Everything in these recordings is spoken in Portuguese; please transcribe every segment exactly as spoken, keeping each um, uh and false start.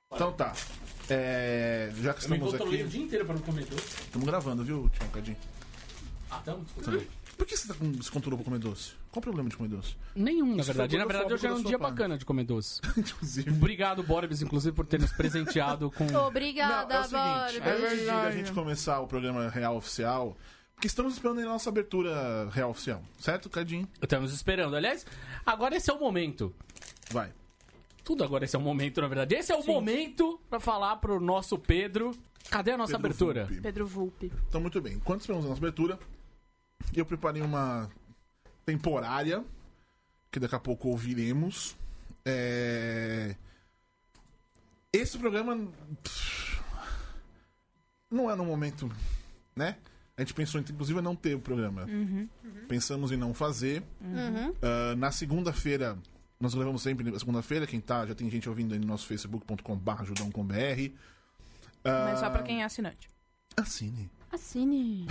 Então tá. É, já que Eu me estamos controlei aqui. o dia inteiro pra não comer doce. Estamos gravando, viu, Tião Cadinho? Ah, tamo? Por que você tá com, se controlou pra comer doce? Qual o problema de comer doce? Nenhum, na Isso verdade. foi Na verdade, por hoje é da um sua dia parte. bacana de comer doce. Inclusive. Obrigado, Borbs, inclusive, por ter nos presenteado com... Obrigada, Não, é o seguinte, Bárbara. antes de a gente começar o programa Real Oficial, porque estamos esperando a nossa abertura Real Oficial, certo, Cadinho? Estamos esperando. Aliás, agora esse é o momento. Vai. Tudo agora esse é o momento, na verdade. Esse é o momento pra falar pro nosso Pedro. Cadê a nossa Pedro abertura? Volpe. Pedro Vulpe. Então, muito bem. Enquanto esperamos a nossa abertura, eu preparei uma temporária, que daqui a pouco ouviremos. É... Esse programa pff, não é no momento, né? A gente pensou, inclusive, em não ter o programa. Uhum. Pensamos em não fazer. Uhum. Uh, na segunda-feira, nós levamos sempre na segunda-feira. Quem tá, já tem gente ouvindo aí no nosso facebook ponto com barra judão com br. Mas só pra quem é assinante. Assine. Assine.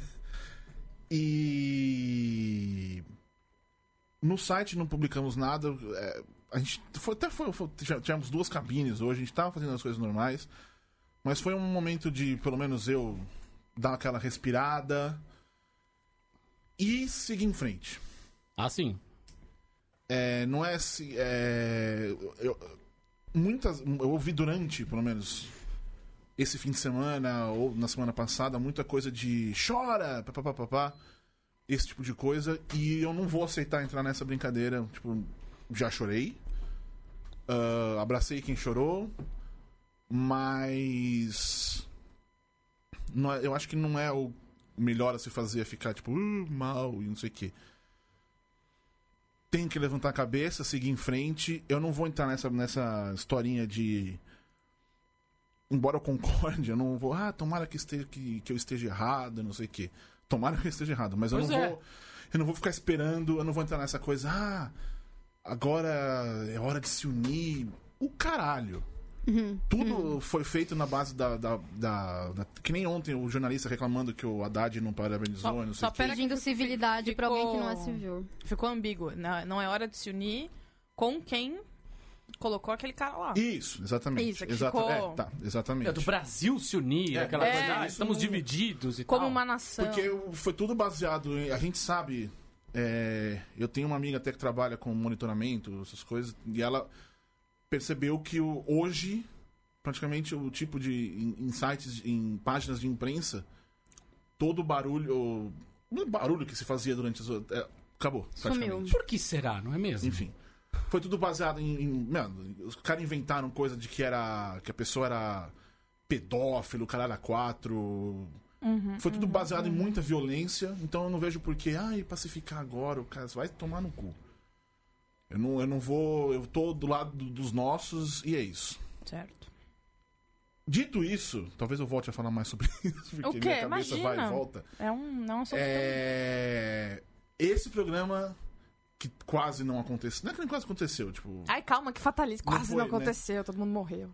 E no site não publicamos nada. É, a gente foi, até foi, foi, tivemos duas cabines hoje, a gente tava fazendo as coisas normais, mas foi um momento de, pelo menos eu, dar aquela respirada e seguir em frente. Ah, sim. É, não é se. É, eu, muitas. Eu ouvi durante, pelo menos, esse fim de semana ou na semana passada, muita coisa de chora, papapá, esse tipo de coisa, e eu não vou aceitar entrar nessa brincadeira. Tipo, já chorei, uh, abracei quem chorou, mas não é, eu acho que não é o melhor a se fazer, ficar tipo, uh, mal e não sei o quê. Tem que levantar a cabeça, seguir em frente. Eu não vou entrar nessa, nessa historinha de... Embora eu concorde, eu não vou... Ah, tomara que, esteja, que, que eu esteja errado, não sei o quê. Tomara que eu esteja errado, mas eu Pois não é. vou... Eu não vou ficar esperando, eu não vou entrar nessa coisa... Ah, agora é hora de se unir. O caralho. Uhum. Tudo Uhum. foi feito na base da, da, da, da... Que nem ontem o jornalista reclamando que o Haddad não parabenizou, Só- não sei só o quê. pera- Pedindo civilidade pra alguém que não é Ficou- civil. Ficou ambíguo. Não, não é hora de se unir com quem colocou aquele cara lá. Isso, exatamente. Isso, é que Exata- ficou- é, tá, exatamente. É do Brasil se unir, É, aquela é, coisa, ah, isso estamos não- divididos e Como tal. uma nação. Porque foi tudo baseado em... A gente sabe... é, eu tenho uma amiga até que trabalha com monitoramento, essas coisas, e ela percebeu que o, hoje, praticamente, o tipo de... Em, em sites, em páginas de imprensa, todo o barulho... O barulho que se fazia durante as... É, acabou, Sumiu. praticamente. Por que será, não é mesmo? Enfim. Foi tudo baseado em... em mano, os caras inventaram coisa de que era... Que a pessoa era pedófilo, caralho, a quatro... Uhum, Foi tudo uhum, baseado uhum. em muita violência, então eu não vejo por que, ai, pacificar agora, o cara vai tomar no cu. Eu não, eu não vou, eu tô do lado do- dos nossos e é isso. Certo. Dito isso, talvez eu volte a falar mais sobre isso, porque O quê? minha cabeça Imagina. vai e volta. É um... Não, sou É... Esse programa que quase não aconteceu, não é que nem quase aconteceu, tipo, Ai, calma, que fatalista. Não Quase foi, não né? aconteceu, todo mundo morreu.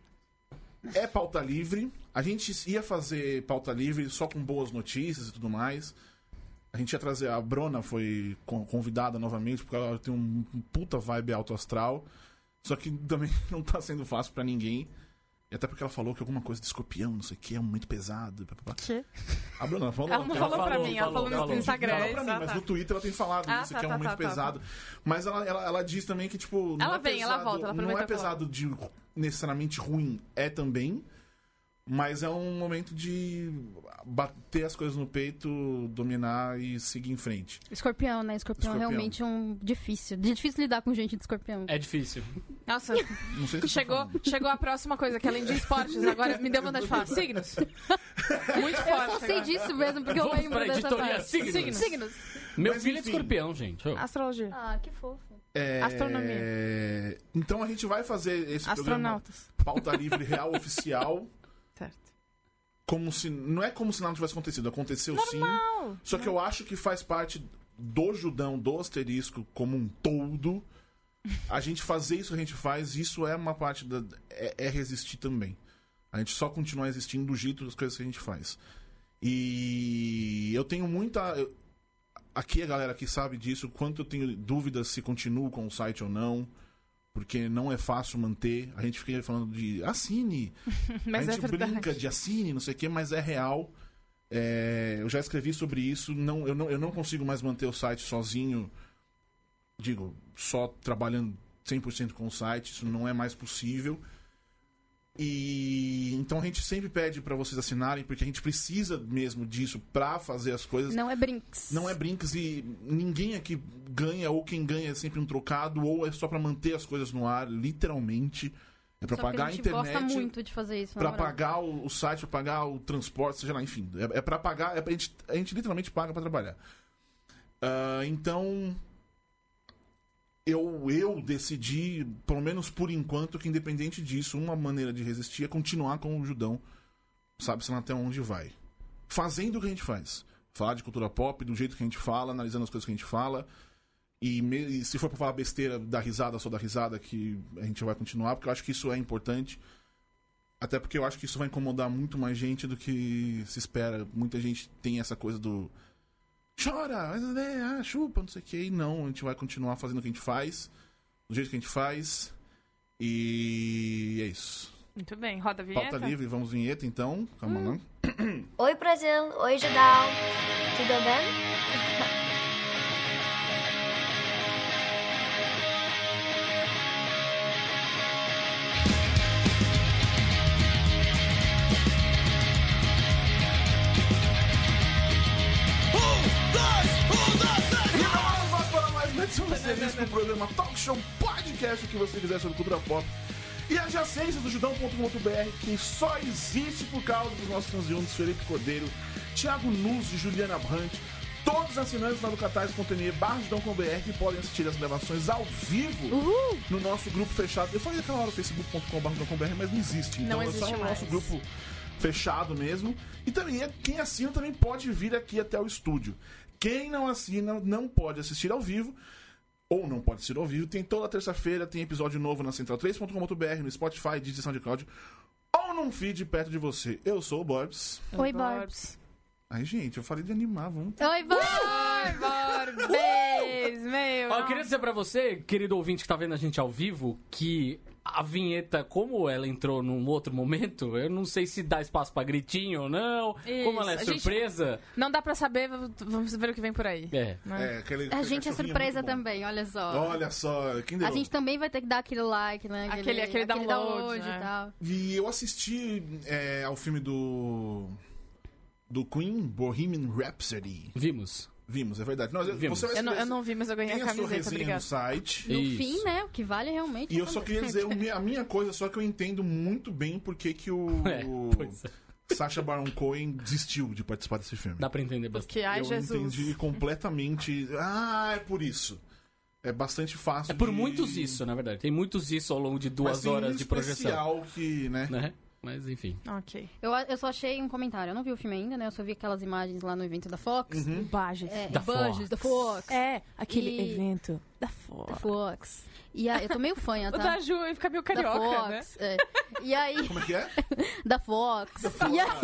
é pauta livre. A gente ia fazer pauta livre só com boas notícias e tudo mais. A gente ia trazer... A Bruna foi con- convidada novamente, porque ela tem um um puta vibe alto astral. Só que também não tá sendo fácil pra ninguém. E até porque ela falou que alguma coisa de escorpião, não sei o que, é muito pesado. pá, pá, pá. Que? A Bruna falou... Ela não ela falou pra falou, mim, ela falou, falou no falou. Instagram. Fala pra mim, Ah, mas tá. no Twitter ela tem falado Ah, isso, tá, que é tá, muito tá, tá, pesado. Mas ela, ela, ela diz também que, tipo... não Ela é vem, ela pesado- volta, ela Não prometeu é que ela pesado de necessariamente ruim, é também. Mas é um momento de bater as coisas no peito, dominar e seguir em frente. Escorpião, né? Escorpião, Escorpião. realmente é um difícil. É difícil lidar com gente de escorpião. É difícil. Nossa, Não sei se chegou, chegou a próxima coisa, que além de esportes, agora me deu vontade de falar. Signos. Muito Eu forte. só sei agora. disso mesmo, porque eu Vamos lembro pra dessa editoria parte. Signos. Signos. Signos. Meu Mas, filho é de enfim. escorpião, gente. Ô. Astrologia. Ah, que fofo. É, Astronomia. Então a gente vai fazer esse Astronautas. programa Pauta Livre Real Oficial, Certo. como se... Não é como se nada tivesse acontecido, aconteceu sim. Normal. Só que eu acho que faz parte do Judão, do Asterisco, como um todo. A gente fazer isso que a gente faz, isso é uma parte da... É, é resistir também. A gente só continua existindo do jeito das coisas que a gente faz. E eu tenho muita... eu- Aqui a galera que sabe disso, quanto eu tenho dúvidas se continuo com o site ou não. porque não é fácil manter. A gente fica falando de assine, Mas a é gente verdade. brinca de assine, não sei o quê, mas é real. É, eu já escrevi sobre isso, não, eu, não, eu não consigo mais manter o site sozinho, digo, só trabalhando cem por cento com o site, isso não é mais possível. E então a gente sempre pede pra vocês assinarem, porque a gente precisa mesmo disso pra fazer as coisas. Não é brinks. Não é brinks e ninguém aqui ganha, ou quem ganha é sempre um trocado, ou é só pra manter as coisas no ar, literalmente. É pra Só porque pagar a a gente internet, gosta muito de fazer isso. na pra moral. pagar o, o site, pra pagar o transporte, seja lá, enfim. É, é pra pagar, é pra, a, gente, a gente literalmente paga pra trabalhar. Ah, então, eu, eu decidi, pelo menos por enquanto, que independente disso, uma maneira de resistir é continuar com o Judão, sabe-se lá até onde vai. Fazendo o que a gente faz. Falar de cultura pop, do jeito que a gente fala, analisando as coisas que a gente fala. E, me, e se for pra falar besteira, dar risada, só dar risada, que a gente vai continuar, porque eu acho que isso é importante. Até porque eu acho que isso vai incomodar muito mais gente do que se espera. Muita gente tem essa coisa do... Chora, ah, chupa, não sei o que. E não, a gente vai continuar fazendo o que a gente faz, do jeito que a gente faz. E é isso. Muito bem, roda a vinheta. Pauta livre, vamos vinheta então. Calma lá. Oi Brasil, oi Judão, tudo bem? E vamos para mais uma edição do serviço do programa Talk Show Podcast, o que você quiser sobre cultura pop e adjacências do judão ponto com ponto b r, que só existe por causa dos nossos transeuntes Felipe Cordeiro, Thiago Nuzzi, Juliana Brandt, todos os assinantes lá do catarse ponto me barra judão ponto com ponto b r que podem assistir as gravações ao vivo Uhul. no nosso grupo fechado. Eu falei aquela hora facebook ponto com barra judão ponto com ponto b r, mas não existe. Então Não é existe só o mais. nosso grupo fechado mesmo. E também é- quem assina também pode vir aqui até o estúdio. Quem não assina não pode assistir ao vivo, ou não pode assistir ao vivo. Tem toda terça-feira, tem episódio novo na central três ponto com ponto b r, no Spotify, Deezer, SoundCloud, ou num feed perto de você. Eu sou o Borbs. Oi, Barbs. Ai, gente, eu falei de animar, vamos. Oi, Barbs. Ai, Barbs, meu. Ó, eu queria dizer pra você, querido ouvinte que tá vendo a gente ao vivo, que a vinheta, como ela entrou num outro momento, eu não sei se dá espaço pra gritinho ou não, Isso, como ela é a gente- surpresa. Não dá pra saber, vamos ver o que vem por aí. É. Né? É, aquele, A aquele gente é cachorrinho surpresa muito bom. também, olha só. Olha só, quem deu? A gente também vai ter que dar aquele like, né? Aquele- aquele download, e né? tal. E eu assisti é, ao filme do. do Queen, Bohemian Rhapsody. Vimos. Vimos, é verdade. Não, Vimos. Você vai Eu não, escrever- eu não vi, mas eu ganhei Tem a a sua camiseta, resenha obrigado. no site. No Isso. fim, né? O que vale realmente. E eu só queria dizer o mi- a minha coisa, só que eu entendo muito bem porque que o É, pois é. Sacha Baron Cohen desistiu de participar desse filme. Dá pra entender bastante. Porque, ai, eu Jesus. entendi completamente. Ah, é por isso. É bastante fácil. É por de- muitos isso, na verdade. Tem muitos isso ao longo de Mas duas tem um horas de projeção. especial que, né? Né? Mas enfim. Ok. Eu, eu só achei um comentário. Eu não vi o filme ainda, né? Eu só vi aquelas imagens lá no evento da Fox. Uhum. Bages. É, Da Budges, Fox. da Fox. É, aquele E- evento da Fox. Da Fox. E aí, eu tô meio fã, O tá? da Ju fica meio Da carioca, né? Fox. É. E aí, Como é que é? da Fox. E aí,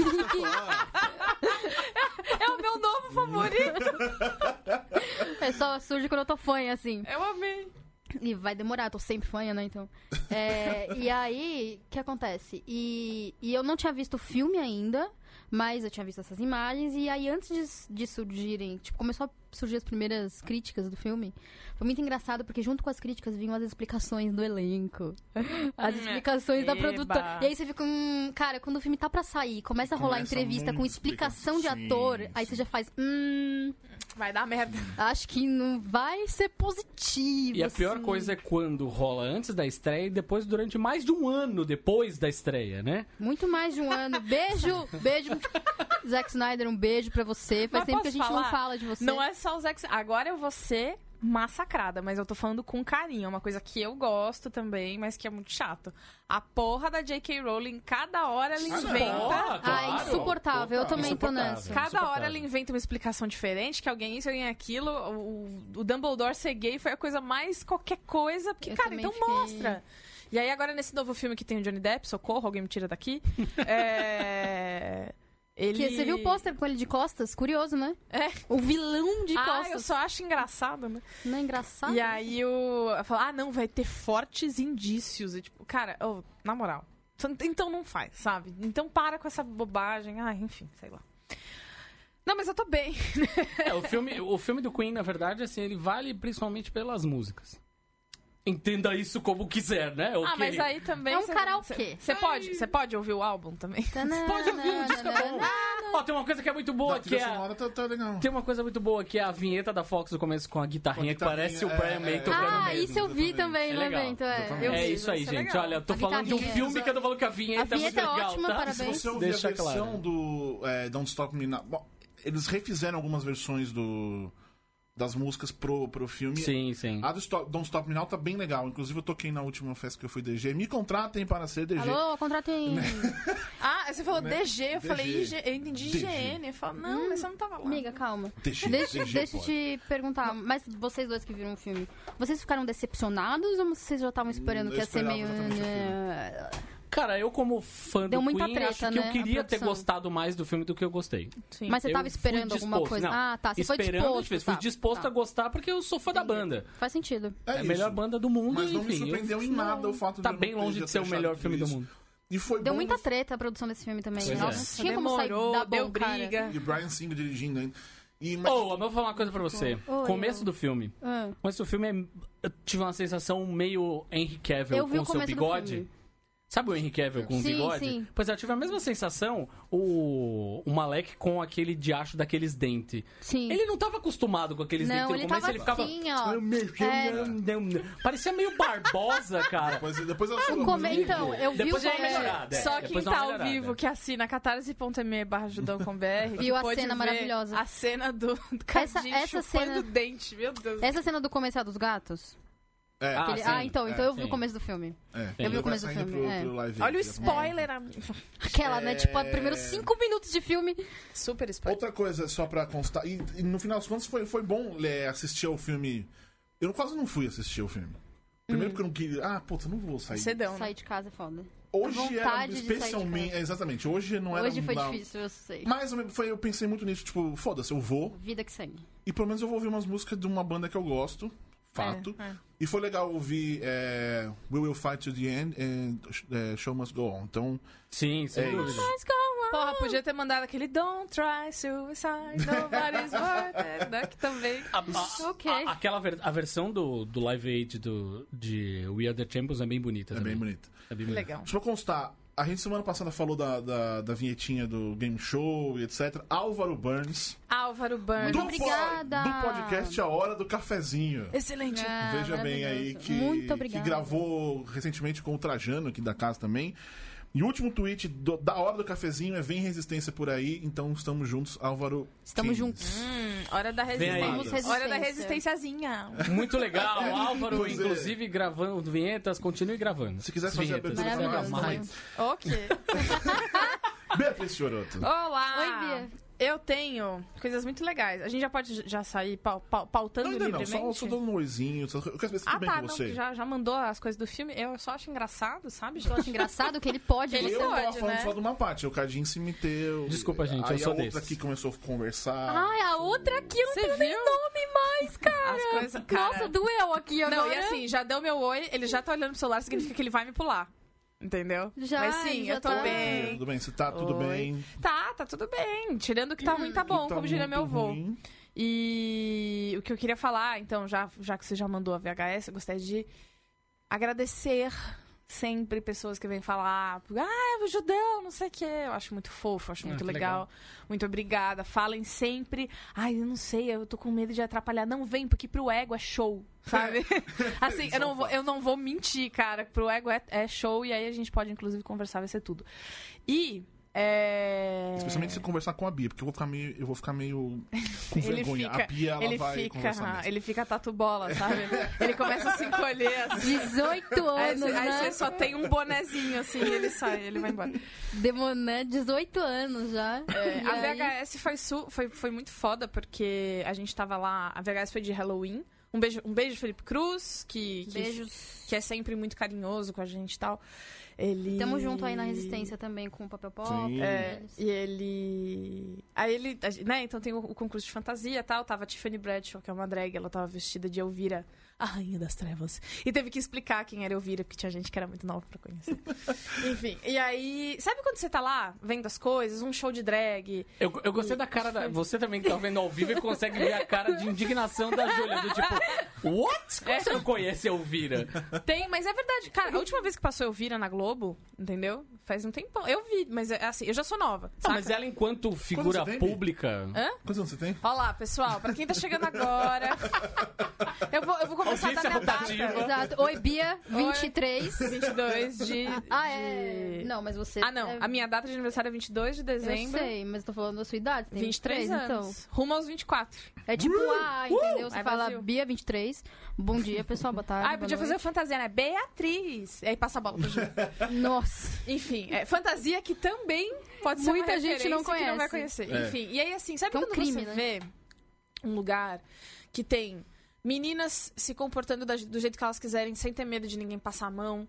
É o meu novo favorito. é só surge quando eu tô fã, assim. Eu amei. E vai demorar, eu tô sempre fanha, né? Então. É, e aí, o que acontece? E, e eu não tinha visto o filme ainda, mas eu tinha visto essas imagens. E aí, antes de, de surgirem, tipo, começou a surgir as primeiras críticas do filme. Foi muito engraçado, porque junto com as críticas vinham as explicações do elenco. As Hum, explicações da eba. produtora. E aí você fica, hum, cara, quando o filme tá pra sair, começa a rolar Começa entrevista com muito explicação de explicação. ator, Sim, aí sim. você já faz, hum, Vai dar merda. acho que não vai ser positivo. E a pior assim. coisa é quando rola antes da estreia e depois durante mais de um ano depois da estreia, né? Muito mais de um ano. Beijo, beijo. Zack Snyder, um beijo pra você. Faz Mas tempo que a posso gente não falar? fala de você. Não é só o Zack... Agora eu vou ser massacrada, mas eu tô falando com carinho. É uma coisa que eu gosto também, mas que é muito chato. A porra da J K. Rowling, cada hora ela Ah, não. inventa... Porra, Ah, claro. insuportável. Eu também tô Insuportável. nessa. Cada Insuportável. hora ela inventa uma explicação diferente, que alguém isso, alguém aquilo. O, o Dumbledore ser gay foi a coisa mais qualquer coisa. Porque, Eu cara, também então fiquei- mostra. E aí agora nesse novo filme que tem o Johnny Depp, socorro, alguém me tira daqui. é... Ele... Que, você viu o pôster com ele de costas? Curioso, né? É. O vilão de Ah, costas. eu só acho engraçado, né? Não é engraçado? E aí o... eu falo, ah, não, vai ter fortes indícios. E tipo, cara, oh, na moral. Então não faz, sabe? Então para com essa bobagem. Ah, enfim, sei lá. Não, mas eu tô bem. É, o filme, o filme do Queen, na verdade, assim, ele vale principalmente pelas músicas. Entenda isso como quiser, né? O Ah, que mas ele- aí também... É um cê- karaokê. Você pode, você pode ouvir o álbum também? Tanana, Pode ouvir, o disco é bom. nanana. Ó, tem uma coisa que é muito boa, Da que trilha é... a- sonora tá, tá legal. Tem uma coisa muito boa, que é a vinheta da Fox do começo com a guitarrinha, Com a que parece o guitarrinha, Brian é, May é. tocando Ah, mesmo. isso eu vi exatamente. também É no legal. evento, é. Exatamente. Eu É vi, isso aí, isso é gente. legal. Olha, eu tô A falando de um guitarrinha. filme que eu tô falando que a vinheta, A vinheta é muito é legal, ótima, tá? parabéns. Se você ouvir Deixa a versão claro. do é, Don't Stop Me Now... Bom, eles refizeram algumas versões do, das músicas pro, pro filme. Sim, sim. A do Stop, Don't Stop Me Now tá bem legal. Inclusive, eu toquei na última festa que eu fui D G. Me contratem para ser D G. Alô, contratem... Ah, você falou Né? D G, eu D G. falei I G, eu entendi I G N. Eu falo, não, mas você não tava lá. Amiga, calma. D G, Deixa, D G deixa eu pode. te perguntar, mas vocês dois que viram o filme, vocês ficaram decepcionados ou vocês já estavam esperando Hum, que ia eu ser esperava meio... exatamente aquilo. Cara, eu como fã Deu do muita Queen, treta, acho que né, eu a queria ter produção. gostado mais do filme do que eu gostei. Sim. Mas você Eu tava fui esperando alguma disposto, coisa? não. Ah, tá. Você Esperando, foi disposto. fui tá, disposto tá. a gostar porque eu sou fã da banda. Faz sentido. É, a isso. melhor banda do mundo, Mas não enfim. me surpreendeu eu- em nada o fato de Tá eu não bem ter- longe de de ser o ter melhor achado filme do isso. mundo. E foi Deu bom muita no- treta a produção desse filme também. Pois Nossa, é. não tinha como sair Demorou, da bom, deu cara. briga. E Brian Singer dirigindo ainda. E, mas, Oh, mas eu vou falar uma coisa pra você. Oi, Começo eu- do filme. Ah. Começo do filme, é- eu tive uma sensação meio Henry Cavill Eu vi com o seu começo do bigode. filme. Sabe o Henry Cavill com o Sim, bigode? sim. Pois é, eu tive a mesma sensação o, o Malek com aquele diacho daqueles dentes. Sim. Ele não tava acostumado com aqueles Não, dentes. ele No começo tava ele ficava... assim, ó. Eu mexi, É. não, não, não. Parecia meio Barbosa, cara. depois, depois ela Ah, falou, come- "Amigo, Então, eu vi Depois o dá uma começo. melhorada. é. Só quem Depois dá uma tá ao melhorada. vivo, que assina catarse.me barra Judão com B R, Viu a pode cena ver maravilhosa. A cena do, do Essa- Cadinho essa chupando cena- o dente, meu Deus. Essa cena do começo é a dos gatos? É, Ah, Aquele- sim. Ah, então, então eu vi sim. o começo do filme. é. Eu vi Ele o começo vai do saindo filme, Pro, é. pro live Olha o aid, spoiler, amigo. Aquela, né? Tipo, os primeiros cinco minutos de filme. Super spoiler. Outra coisa, só pra constar. E, e no final das contas foi, foi bom é, assistir ao filme. Eu quase não fui assistir ao filme. Primeiro porque eu não queria. Ah, puta, não vou sair. Cedão, né? Sair de casa é foda. Hoje A era vontade de sair de especialmente. casa. É, exatamente. Hoje não era. Hoje foi não- difícil, eu sei. Mas eu- foi, eu pensei muito nisso, tipo, foda-se, eu vou. Vida que segue. E pelo menos eu vou ouvir umas músicas de uma banda que eu gosto. Fato. É, é. E foi legal ouvir é, We Will Fight to the End e Show Must Go On. Então, Sim, sem É dúvida. isso. Porra, podia ter mandado aquele Don't try suicide, nobody's worth it, né? Que também... A, a- Ok. a- aquela ver- a versão do, do Live Aid do, de We Are The Champions é bem bonita é também. bem bonito. É bem bonita. Legal. Só pra constar, a gente semana passada falou da, da, da vinhetinha do game show e etcétera. Álvaro Burns, Álvaro Burns. do, po- obrigada. do podcast A Hora do Cafezinho. Excelente. Ah, Veja bem aí maravilhoso. que, Muito que obrigada. gravou recentemente com o Trajano aqui da casa também. E o último tweet do- da Hora do Cafezinho é Vem Resistência por aí, então estamos juntos, Álvaro. Estamos Kings. juntos. Hum, hora da Vem aí. resistência. Hora da resistênciazinha. Muito legal. O Álvaro, Pois é. inclusive, gravando vinhetas, continue gravando. Se quiser As fazer a vinhetas. abertura pra nós Maravilhoso. também. Ok. Beatriz Fiorotto. Olá. Oi, Bia. Eu tenho coisas muito legais. A gente já pode já sair pau- pau- pautando Ainda não, livremente? só, só dando um oizinho. Só, eu quero saber se tudo Ah, bem tá, com não, você. que já, já mandou as coisas do filme. Eu só acho engraçado, sabe, Eu gente? acho engraçado que ele pode. Ele você eu tava pode, falando né? só de uma parte. O Cadinho se meteu. Desculpa, gente, Aí eu sou a outra desses. aqui começou a conversar. Ai, a outra aqui eu não Você tenho nem viu? nome mais, cara. As coisas- cara. Nossa, doeu aqui agora. Não, e assim, já deu meu oi, ele já tá olhando pro celular, significa que ele vai me pular. Entendeu? Já, Mas sim, ele já eu tô tá- bem. Tudo bem? Você tá tudo Oi. bem? Tá, tá tudo bem. Tirando que tá ruim, tá bom, Que tá como diria meu muito avô. ruim. E o que eu queria falar, então, já, já que você já mandou a V H S, eu gostaria de agradecer sempre pessoas que vêm falar, ah, o judão, não sei o quê. Eu acho muito fofo, acho Ah, muito que legal. legal. Muito obrigada. Falem sempre, ai, eu não sei, eu tô com medo de atrapalhar. Não vem, porque pro ego é show, sabe? assim, Isso é eu não, um vou, fato. eu não vou mentir, cara. Pro ego é, é show e aí a gente pode, inclusive, conversar, vai ser tudo. E... É... Especialmente se conversar com a Bia, porque eu vou ficar meio, eu vou ficar meio com Ele vergonha. fica, a Bia, ela ele vai fica, conversar ah, mesmo. ele fica tatu bola, sabe? Ele começa a se encolher assim. dezoito Aí anos, você, aí né? você só tem um bonezinho assim, e ele sai, ele vai embora. Demoné, dezoito anos já. É, E a aí- V H S foi, su- foi, foi muito foda, porque a gente tava lá, a V H S foi de Halloween. Um beijo, um beijo Felipe Cruz, que, que, Beijos. que é sempre muito carinhoso com a gente e tal. Ele... Tamo junto aí na Resistência também com o Papel Pop. Sim. É, eles. e ele... Aí ele, né, então tem o, o concurso de fantasia e tal, tava a Tiffany Bradshaw, que é uma drag, ela tava vestida de Elvira, a Rainha das Trevas. E teve que explicar quem era Elvira, porque tinha gente que era muito nova pra conhecer. Enfim, e aí... Sabe quando você tá lá, vendo as coisas, um show de drag? Eu, eu gostei E- da cara da... Você também que tá vendo ao vivo e consegue ver a cara de indignação da Júlia, do tipo... What? Como você não conhece a Elvira? Tem, mas é verdade. Cara, a última vez que passou Elvira na Globo, entendeu? Faz um tempão. Eu vi, mas é assim, eu já sou nova, Não, saca? mas ela, enquanto figura você tem, Bi? pública... Hã? Quantos anos você tem? Olha lá, pessoal, pra quem tá chegando agora... Eu vou, eu vou começar a dar minha Audiência data. Exato. Oi, Bia, vinte e três. vinte e dois de... Ah, é. de- Não, mas você. Ah, não. é- A minha data de aniversário é vinte e dois de Eu dezembro. sei, mas tô falando da sua idade. Você tem vinte e três vinte e três, anos. Rumo aos vinte e quatro. Então. É tipo, ah, entendeu? Você Aí fala Brasil. Bia vinte e três. Bom dia, pessoal. Boa tarde. Ah, podia boa fazer noite. fantasia, né? Beatriz. E aí passa a bola pro Ju. Nossa. Enfim, é fantasia que também pode ser Muita uma gente não referência que não vai conhece. conhecer. É. Enfim, e aí assim, sabe Que é um quando crime, você né? vê um lugar que tem meninas se comportando da- do jeito que elas quiserem, sem ter medo de ninguém passar a mão,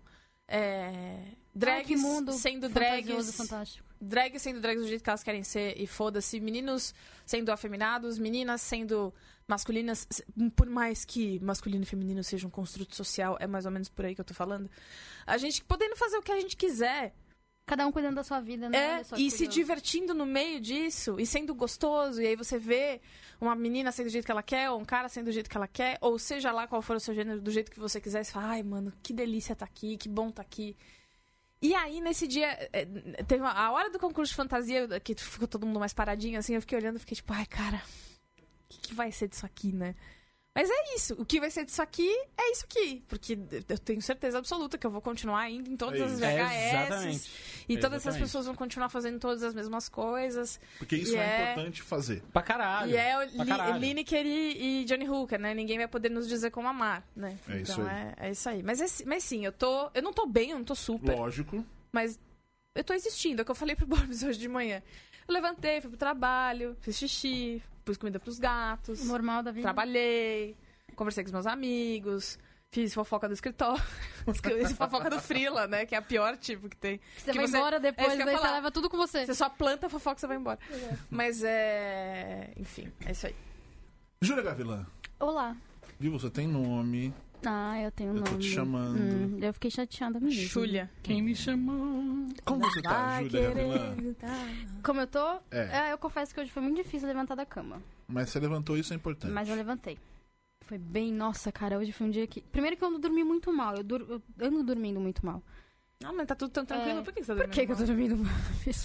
é, Ai, drags que mundo sendo fantasioso, drags, fantástico. drags sendo drags do jeito que elas querem ser e foda-se, meninos sendo afeminados, meninas sendo masculinas, se- por mais que masculino e feminino seja um construto social, é mais ou menos por aí que eu tô falando. A gente podendo fazer o que a gente quiser, Cada um cuidando da sua vida, né? é, Olha só que e se curioso. divertindo no meio disso, e sendo gostoso, e aí você vê uma menina sendo do jeito que ela quer, ou um cara sendo do jeito que ela quer, ou seja lá qual for o seu gênero, do jeito que você quiser, você fala, ai, mano, que delícia tá aqui, que bom tá aqui. E aí, nesse dia, é, teve uma, a hora do concurso de fantasia, que ficou todo mundo mais paradinho, assim, eu fiquei olhando e fiquei tipo, ai, cara, o que, que vai ser disso aqui, né? Mas é isso, o que vai ser disso aqui é isso aqui, porque eu tenho certeza absoluta que eu vou continuar indo em todas É as isso. V H S, Exatamente. e todas essas Exatamente. pessoas vão continuar fazendo todas as mesmas coisas. Porque isso E é, é- importante fazer. Pra caralho. E é o pra Li- caralho. Lineker e, e Johnny Hooker, né? Ninguém vai poder nos dizer como amar, né? É isso então aí. É, é isso aí. Mas, é- mas sim, eu tô. Eu não tô bem, eu não tô super. Lógico. Mas eu tô existindo. É o que eu falei pro Borbs hoje de manhã. Eu levantei, fui pro trabalho, fiz xixi, pus comida pros gatos, O normal da vida. trabalhei, conversei com os meus amigos. Fiz fofoca do escritório. Esse fofoca do Frila, né? Que é a pior tipo que tem. Você que vai você- embora é depois, isso que eu daí ia você falar. leva tudo com você. Você só planta fofoca e você vai embora. Mas é. Enfim, é isso aí. Júlia Gavilã, Olá. viu? Você tem nome. Ah, eu tenho um Eu nome. tô te chamando. Hum, eu fiquei chateada mesmo. Júlia. Quem me chamou? Como você tá, Júlia Gavilã? Como eu tô? É. É, eu confesso que hoje foi muito difícil levantar da cama. Mas você levantou, isso é importante. Mas eu levantei. Foi bem... Nossa, cara, hoje foi um dia que... Primeiro que eu não dormi muito mal. Eu, dur... eu ando dormindo muito mal. Ah, mas tá tudo tão tranquilo. É. Por que você tá Por dormindo que, que eu mal? tô dormindo mal?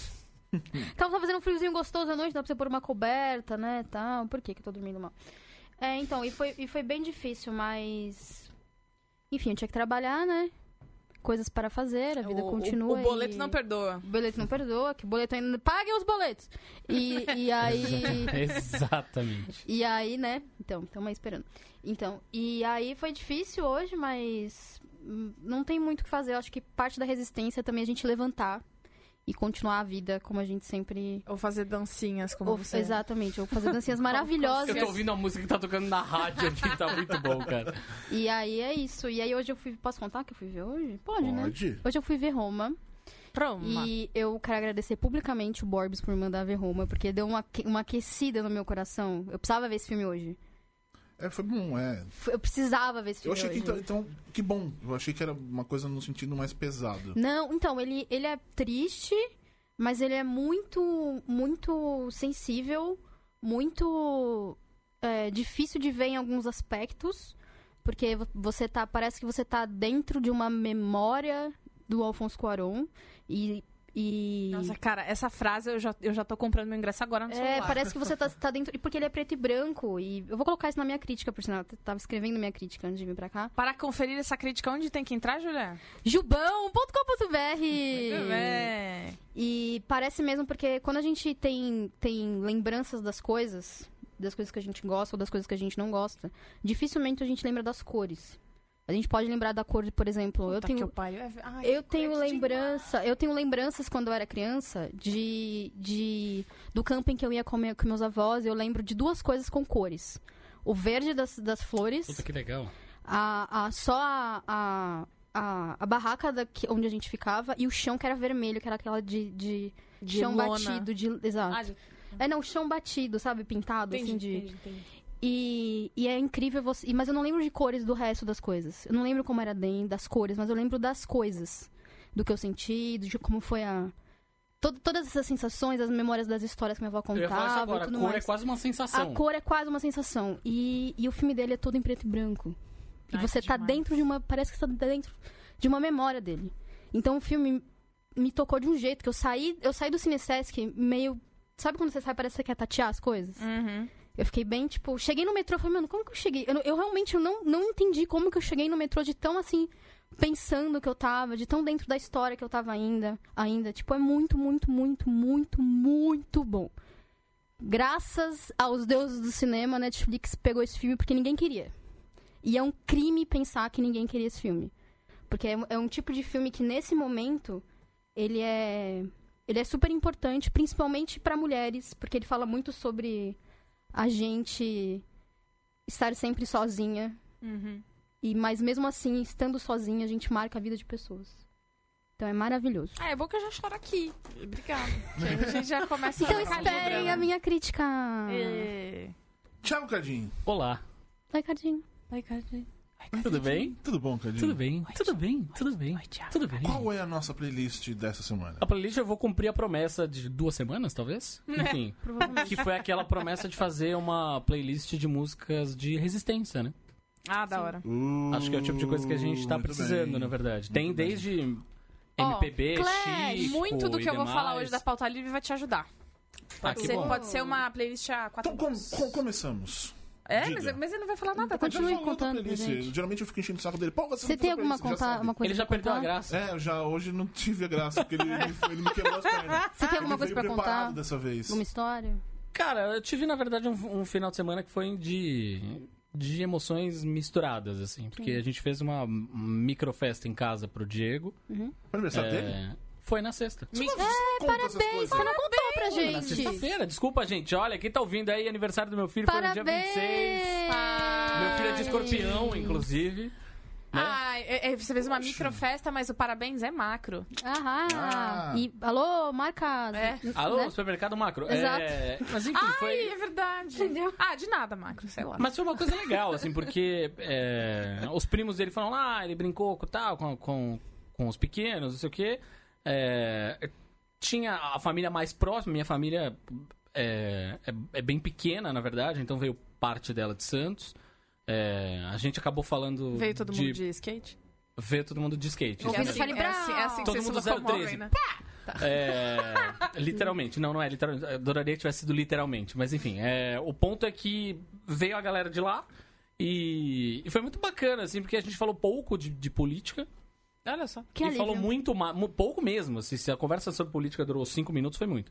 Tava fazendo um friozinho gostoso à noite, dá pra você pôr uma coberta, né, tal. Por que que eu tô dormindo mal? É, então, e foi, e foi bem difícil, mas... Enfim, eu tinha que trabalhar, né? Coisas para fazer, a vida O- o- continua. O, boleto e- não perdoa. O boleto não perdoa, que o boleto ainda... Paguem os boletos! E, e aí... Exatamente. E aí, né? Então, estamos aí esperando. Então, e aí foi difícil hoje, mas hum, não tem muito o que fazer. Eu acho que parte da resistência também é a gente levantar e continuar a vida como a gente sempre... Ou fazer dancinhas como Ou- você. Exatamente, ou fazer dancinhas maravilhosas. Eu tô ouvindo a música que tá tocando na rádio aqui, tá muito bom, cara. E aí é isso. E aí hoje eu fui... Posso contar que eu fui ver hoje? Pode, né? Pode. Hoje eu fui ver Roma. Roma. E eu quero agradecer publicamente o Borbs por me mandar ver Roma, porque deu uma, aque- uma aquecida no meu coração. Eu precisava ver esse filme hoje. É, foi bom, é. Foi- Eu precisava ver esse Eu filme achei que hoje. então, então, que bom. Eu achei que era uma coisa no sentido mais pesado. Não, então, ele, ele é triste, mas ele é muito, muito sensível, muito é, difícil de ver em alguns aspectos, porque vo- você tá, parece que você tá dentro de uma memória do Alfonso Cuarón e... e... Nossa, cara, essa frase eu já, eu já tô comprando meu ingresso agora no É, celular. parece que você tá, tá dentro... e Porque ele é preto e branco, e eu vou colocar isso na minha crítica, por sinal, eu tava escrevendo minha crítica antes de vir pra cá. Para conferir essa crítica, onde tem que entrar, Julia? jubão ponto com ponto b r. Muito bem. E parece mesmo porque quando a gente tem, tem lembranças das coisas, das coisas que a gente gosta ou das coisas que a gente não gosta, dificilmente a gente lembra das cores. A gente pode lembrar da cor, de, por exemplo, eu Puta que tenho... eu pariu. É- Ai, Eu que tenho coisa lembrança, eu tenho lembranças quando eu era criança de, de do camping que eu ia com, meu- com meus avós, e eu lembro de duas coisas com cores. O verde das, das flores, Puta que legal. a, a, só a, a, a, a barraca daqui, onde a gente ficava e o chão que era vermelho, que era aquela de, de, De chão lona. batido. De, exato. Ah, de- É, não, chão batido, sabe? Pintado, entendi, assim, de... entendi, entendi. E, e é incrível você... Mas eu não lembro de cores do resto das coisas. Eu não lembro como era dentro das cores, mas eu lembro das coisas. Do que eu senti, de como foi a... Todo, todas essas sensações, as memórias das histórias que minha avó Eu ia falar isso contava agora, e a tudo cor mais. é quase uma sensação. A cor é quase uma sensação. E, e o filme dele é todo em preto e branco. E Ai, você que tá demais. dentro de uma... Parece que você tá dentro de uma memória dele. Então o filme me tocou de um jeito que eu saí... Eu saí do Cinesesc meio... Sabe quando você sai, parece que você quer tatear as coisas? Uhum. Eu fiquei bem, tipo... Cheguei no metrô, falei, mano, como que eu cheguei? Eu, eu realmente eu não, não entendi como que eu cheguei no metrô de tão, assim... Pensando que eu tava, de tão dentro da história que eu tava ainda. ainda. Tipo, é muito, muito, muito, muito, muito bom. Graças aos deuses do cinema, Netflix pegou esse filme porque ninguém queria. E é um crime pensar que ninguém queria esse filme. Porque é, é um tipo de filme que, nesse momento, ele é... Ele é super importante, principalmente pra mulheres, porque ele fala muito sobre a gente estar sempre sozinha. Uhum. E, mas mesmo assim, estando sozinha, a gente marca a vida de pessoas. Então é maravilhoso. Ah, é bom que eu já choro aqui. Obrigada. Que aí a gente já começa Então a esperem a minha crítica. É. Tchau, Cadinho. Olá. Oi, Cardinho. Oi, Cadinho. Tudo bem? Tudo bom, Cadinho? Tudo bem, tudo bem, tudo bem, tudo bem. Qual é a nossa playlist dessa semana? A playlist eu vou cumprir a promessa de duas semanas, talvez? Enfim, que foi aquela promessa de fazer uma playlist de músicas de resistência, né? Ah, da hora. Uh, Acho que é o tipo de coisa que a gente tá muito precisando, bem. na verdade. Tem Muito bem. desde Ó, M P B, Clash, Chico Muito do e que eu vou demais. falar hoje da pauta livre vai te ajudar. Ah, que Você bom. pode ser uma playlist a quatro Então, com, mãos. com- começamos. É, Diga. mas, mas ele não vai falar nada, tá? Continue Já falou da contando pra playlist. gente. Geralmente eu fico enchendo o saco dele. Pô, você Você não tem fez a alguma, playlist, já contar, sabe. uma coisa Ele já pra perdeu a contar? graça. É, eu já hoje não tive a graça, porque ele, ele, foi- ele me quebrou as pernas. Você tem alguma Ele coisa veio pra preparado contar? dessa vez. Alguma história? Cara, eu tive, na verdade, um, um final de semana que foi de, de emoções misturadas, assim. Porque a gente fez uma microfesta em casa pro Diego. Foi aniversário dele? É, foi na sexta. Você não conta essas coisas. Você não contou pra Foi na gente. sexta-feira. Desculpa, gente. Olha, quem tá ouvindo aí, aniversário do meu filho foi no dia vinte e seis. Meu filho é de escorpião, inclusive. Né? Ah, é- é, você fez uma microfesta, mas o parabéns é macro. Aham. Ah. E, alô, marca... É. Alô, né? supermercado macro. Exato. É, mas enfim, Ai, foi. é verdade. Ah, de nada, macro, sei lá. Mas foi uma coisa legal, assim, porque é, os primos dele falaram lá, ele brincou com tal, com, com, com os pequenos, não sei o quê. É, tinha a família mais próxima, minha família é, é, é bem pequena, na verdade, então veio parte dela de Santos. É, a gente acabou falando. Veio todo de, mundo de skate? Veio todo mundo de skate. Ouvindo exatamente. Charlie é assim, é assim que Todo vocês mundo se locomovem, zero treze. né? É, literalmente, não, não é literalmente. Eu adoraria que tivesse sido literalmente, mas enfim, é, o ponto é que veio a galera de lá e, e foi muito bacana, assim, porque a gente falou pouco de, de política Olha só. Que e alívio. falou muito, ma- mu- pouco mesmo. Assim, se a conversa sobre política durou cinco minutos, foi muito.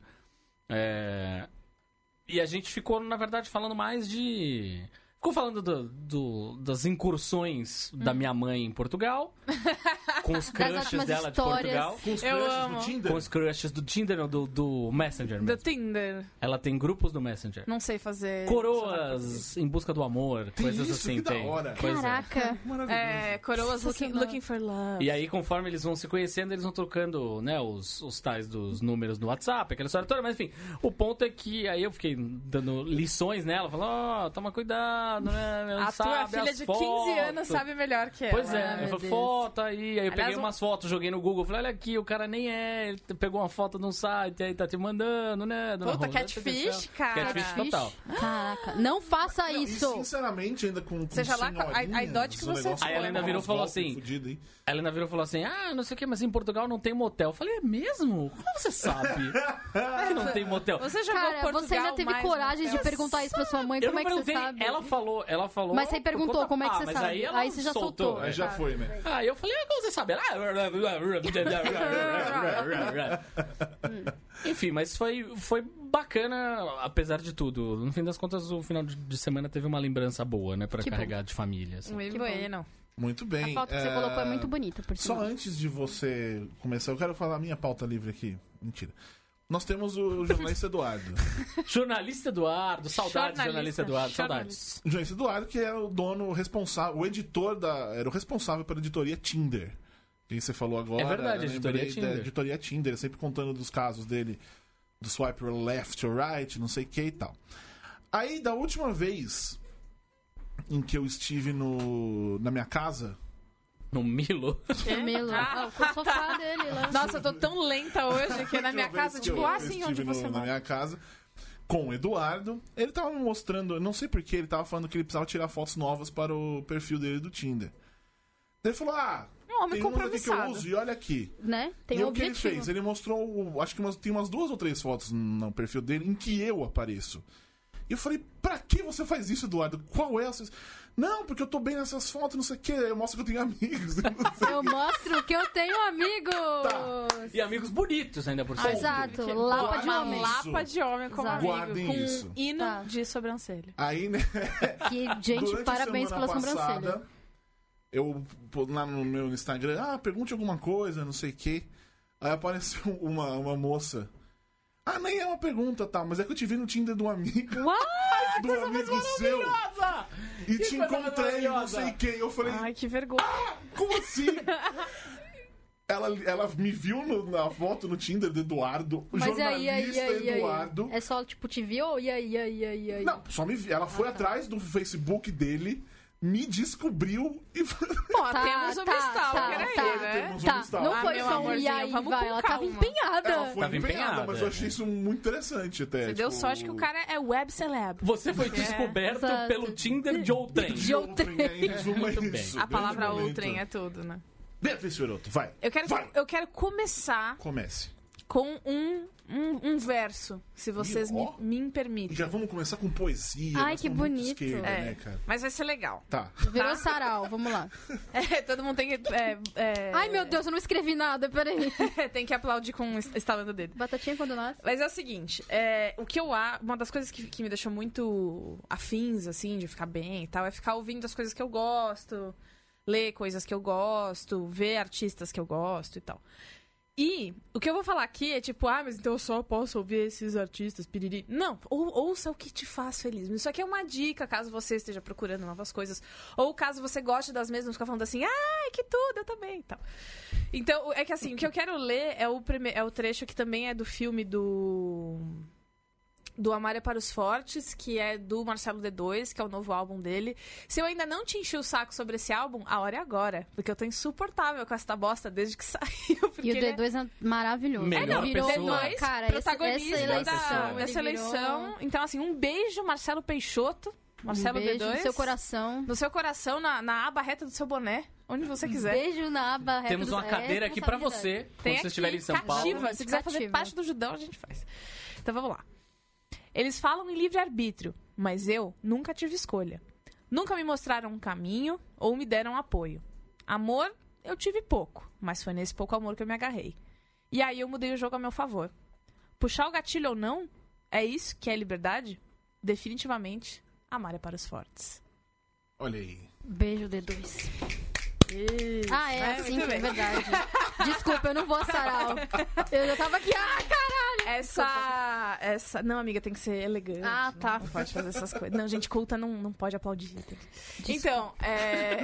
É, e a gente ficou, na verdade, falando mais de. Ficou falando do, do- das incursões da minha mãe em Portugal, com os crushes ótimas dela histórias. de Portugal. Com os Eu crushes amo. no Tinder? Com os crushes do Tinder, não, do, do Messenger Do mesmo. Tinder. Ela tem grupos do Messenger. Não sei fazer. Coroas em busca do amor, Tem coisas isso? assim. Que da tem. hora. Pois é. Caraca. Maravilhoso. É, coroas looking, Sensacional. looking for love. E aí, conforme eles vão se conhecendo, eles vão trocando, né, os, os tais dos números no WhatsApp, aquela história toda. Mas enfim, o ponto é que aí eu fiquei dando lições nela, falando, ó, toma cuidado, né? Não A sabe tua as filha de fotos. quinze anos sabe melhor que ela. Pois é, Ah, eu meu falei, Deus. foto aí. Aí eu Aliás, peguei um- umas fotos, joguei no Google, falei, olha aqui, o cara nem é, ele pegou uma foto num site, aí tá te mandando, né? dona Puta, Rosa? catfish, cara. Catfish total. Caraca. Não faça Não, e isso. sinceramente, ainda com, com Seja lá a- a senhorinhas, idade que o você negócio for. Aí ela ainda com virou e umas falou golpes assim, fudido, hein? Aí ela ainda virou e falou assim, ah, não sei o que, mas em Portugal não tem motel. Eu falei, é mesmo? Como você sabe que não tem motel? Você jogou Cara, Portugal você já teve mais coragem no de hotel? perguntar isso pra sua mãe? Eu Como não é que você perguntei, sabe? ela falou, ela falou... Mas você por perguntou, conta- como é que ah, você mas sabe? Aí, ela Aí você já soltou. Aí já foi, né? Aí eu falei, ah, como você sabe? Ela... Enfim, mas foi, foi bacana, apesar de tudo. No fim das contas, o final de- de semana teve uma lembrança boa, né? Pra Que carregar de família. assim. Muito Que bom. bueno. Muito A bem. foto que você é, colocou é muito bonita, por Só sinal. antes de você começar, eu quero falar a minha pauta livre aqui. Mentira. Nós temos o jornalista Eduardo. Jornalista Eduardo, saudades, Jornalista, jornalista Eduardo, jornalista. saudades. O jornalista Eduardo, que é o dono responsável, o editor da. Era o responsável pela editoria Tinder. Quem você falou agora. É verdade, eu editoria lembrei Tinder. da editoria Tinder, sempre contando dos casos dele, do swipe left or right, não sei o que e tal. Aí, da última vez em que eu estive no, na minha casa, No Milo. Camilo. Ah, o sofá dele lá. Nossa, eu tô tão lenta hoje que na minha última vez casa, que tipo, eu ah, sim, onde estive no- você na mora? minha casa, com o Eduardo, ele tava me mostrando, eu não sei porquê, ele tava falando que ele precisava tirar fotos novas para o perfil dele do Tinder. Daí ele falou, ah, É um homem tem umas aqui que eu compromissado. uso e olha aqui. Né? Tem e um o que ele objetivo. fez? Ele mostrou, o- acho que umas- tem umas duas ou três fotos no perfil dele em que eu apareço. E eu falei, pra que você faz isso, Eduardo? Qual é a sua... Não, porque eu tô bem nessas fotos, não sei o que. Eu mostro que eu tenho amigos. Eu mostro que eu tenho amigos. Tá. E amigos bonitos ainda por cima. Exato, Que- lapa de Guardem homem. isso. Lapa de homem como Exato. amigo. Guardem com isso. um hino Tá. de sobrancelha. Aí, né? Que, gente, Durante a parabéns pela semana sobrancelha. passada, eu, pô, lá no meu Instagram, ah, pergunte alguma coisa, não sei o quê. Aí apareceu uma, uma moça. Ah, nem é uma pergunta, tá, mas é que eu te vi no Tinder de um amigo. Uau! Do amigo seu. E Que te coisa encontrei, não maravilhosa. sei quem. Eu falei, Ai, que vergonha. como assim? ela, ela me viu no- na foto no Tinder do Eduardo, Mas e aí, aí, jornalista aí, aí? Eduardo. É só, tipo, te viu? E aí, aí, aí, aí? Não, só me vi. Ela foi atrás do Facebook dele, me descobriu e Pô, Tá, temos um tá, stalker tá, aí, tá. né? Temos um Tá, stalker. não Ah, foi meu só um amorzinho, e aí, vamos vai. com Ela tava calma. empenhada. Ela foi Tava empenhada, empenhada, mas eu é. achei isso muito interessante até. Você deu tipo, sorte que o cara é web celeb. Você foi descoberto Exato. pelo Tinder de outrem. De outrem, é, em resumo, é Muito bem. isso. A Grande palavra momento. outrem é tudo, né? Beatriz Fiorotto, vai. Eu quero, Vai. eu quero começar Comece. com um, um, um verso, se vocês Ih, me, ó. me permitem. Já vamos começar com poesia. Ai, nós que somos muito bonito. esquerda, É. né, cara? Mas vai ser legal. Tá. Virou sarau, vamos lá. É, todo mundo tem que. é, é, Ai, meu Deus, eu não escrevi nada, peraí. tem que aplaudir com um estalando o dedo. Batatinha quando nasce. Mas é o seguinte, é, o que eu a- uma das coisas que, que me deixou muito afins, assim, de ficar bem e tal, é ficar ouvindo as coisas que eu gosto, ler coisas que eu gosto, ver artistas que eu gosto e tal. E o que eu vou falar aqui é tipo, ah, mas então eu só posso ouvir esses artistas, piriri. Não, ou, ouça o que te faz feliz. Isso aqui é uma dica, caso você esteja procurando novas coisas. Ou caso você goste das mesmas, ficar falando assim, ai, que tudo, eu também e tal. Então, é que assim, o que eu quero ler é o, prime... é o trecho que também é do filme do... do Amar é para os Fortes, que é do Marcelo D dois, que é o novo álbum dele. Se eu ainda não te enchi o saco sobre esse álbum, a hora é agora. Porque eu tô insuportável com essa bosta desde que saiu. Porque E o ele é- D dois é maravilhoso. Melhor Ele virou pessoa. uma, cara, esse- protagonista essa eleição. da, ele dessa virou eleição. Então, assim, um beijo, Marcelo Peixoto. Marcelo um beijo D dois. no seu coração. No seu coração, na, na aba reta do seu boné. Onde você quiser. Beijo na aba reta Temos do- uma é cadeira aqui pra responsabilidade. você, quando Tem você aqui, estiver em São Paulo. cativa. Se quiser fazer Cativa. parte do Judão, a gente faz. Então vamos lá. Eles falam em livre-arbítrio, mas eu nunca tive escolha. Nunca me mostraram um caminho ou me deram apoio. Amor, eu tive pouco, mas foi nesse pouco amor que eu me agarrei. E aí eu mudei o jogo a meu favor. Puxar o gatilho ou não, é isso que é liberdade? Definitivamente, amar é para os fortes. Olha aí. Beijo D dois. Ah, é, É, assim, muito é bem. verdade. Desculpa, eu não vou a sarau. Eu já tava aqui, ah, caralho. Essa, essa... Não, amiga, tem que ser elegante. Ah, né? tá. Não pode fazer essas coisas. Não, gente culta não, não pode aplaudir. Então, é...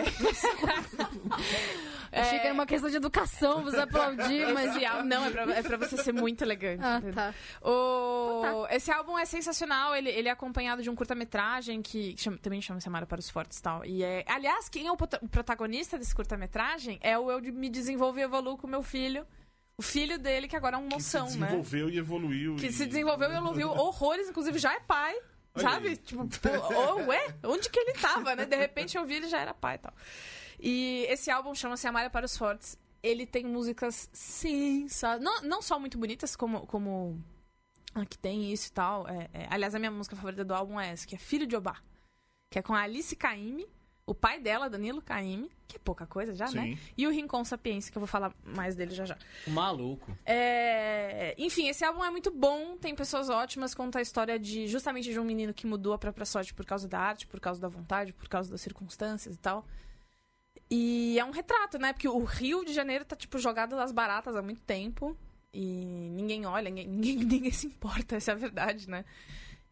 Achei que era uma questão de educação, você aplaudir, mas... Esse álbum- não, é pra, é pra você ser muito elegante. Ah, entendeu? tá. O... Esse álbum é sensacional, ele, ele é acompanhado de um curta-metragem que chama- também chama-se Amar para os Fortes e tal. E é... Aliás, quem é o, prota- o protagonista desse curta-metragem é o Eu de Me Desenvolvo e Evoluo com meu filho. O filho dele, que agora é um Que moção, se né? desenvolveu e evoluiu. Que e... se desenvolveu e evoluiu horrores, inclusive já é pai. Olha Sabe? aí. Tipo, pô, oh, ué, onde que ele tava, né? De repente eu vi ele já era pai e tal. E esse álbum chama-se Amar é para os Fortes. Ele tem músicas sensacionais. Não, não só muito bonitas, como, como a que tem isso e tal. É, é, aliás, a minha música favorita do álbum é essa, que é Filho de Obá. Que é com a Alice Caymmi, o pai dela, Danilo Caymmi, que é pouca coisa já, né? Sim. E o Rincon Sapiência, que eu vou falar mais dele já já. Maluco. É... Enfim, esse álbum é muito bom, tem pessoas ótimas, conta a história de justamente de um menino que mudou a própria sorte por causa da arte, por causa da vontade, por causa das circunstâncias e tal. E é um retrato, né? Porque o Rio de Janeiro tá, tipo, jogado nas baratas há muito tempo. E ninguém olha, ninguém, ninguém, ninguém se importa, essa é a verdade, né?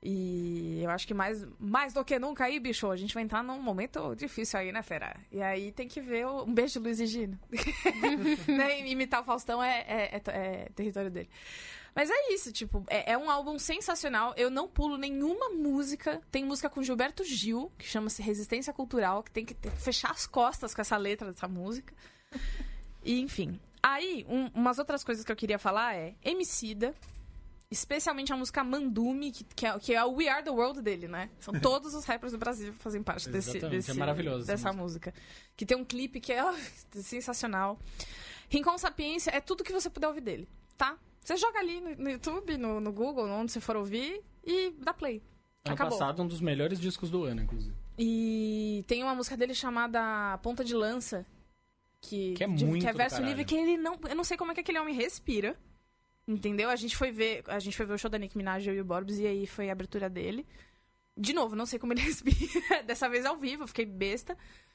E eu acho que mais, mais do que nunca aí, bicho, a gente vai entrar num momento difícil aí, né, fera? E aí tem que ver o... Um beijo de Luiz e Gino. Né? Imitar o Faustão é, é, é, é território dele. Mas é isso, tipo, é, é um álbum sensacional. Eu não pulo nenhuma música. Tem música com Gilberto Gil, que chama-se Resistência Cultural, que tem que ter, fechar as costas com essa letra dessa música. E, enfim. Aí, um, umas outras coisas que eu queria falar é Emicida, especialmente a música Mandume, que, que, é, que é o We Are The World dele, né? São todos os rappers do Brasil que fazem parte desse, desse, é maravilhoso dessa música. Que tem um clipe que é ó, sensacional. Rincon Sapiência é tudo que você puder ouvir dele, tá? Você joga ali no, no YouTube, no, no Google, onde você for ouvir, e dá play. Ano Acabou. passado, um dos melhores discos do ano, inclusive. E tem uma música dele chamada Ponta de Lança, que, Que é de- muito que é do verso caralho. livre, que ele não... Eu não sei como é que aquele homem respira, entendeu? A gente foi ver, a gente foi ver o show da Nicki Minaj, eu e o Borbs, e aí foi a abertura dele. De novo, não sei como ele respira, dessa vez ao vivo, eu fiquei besta.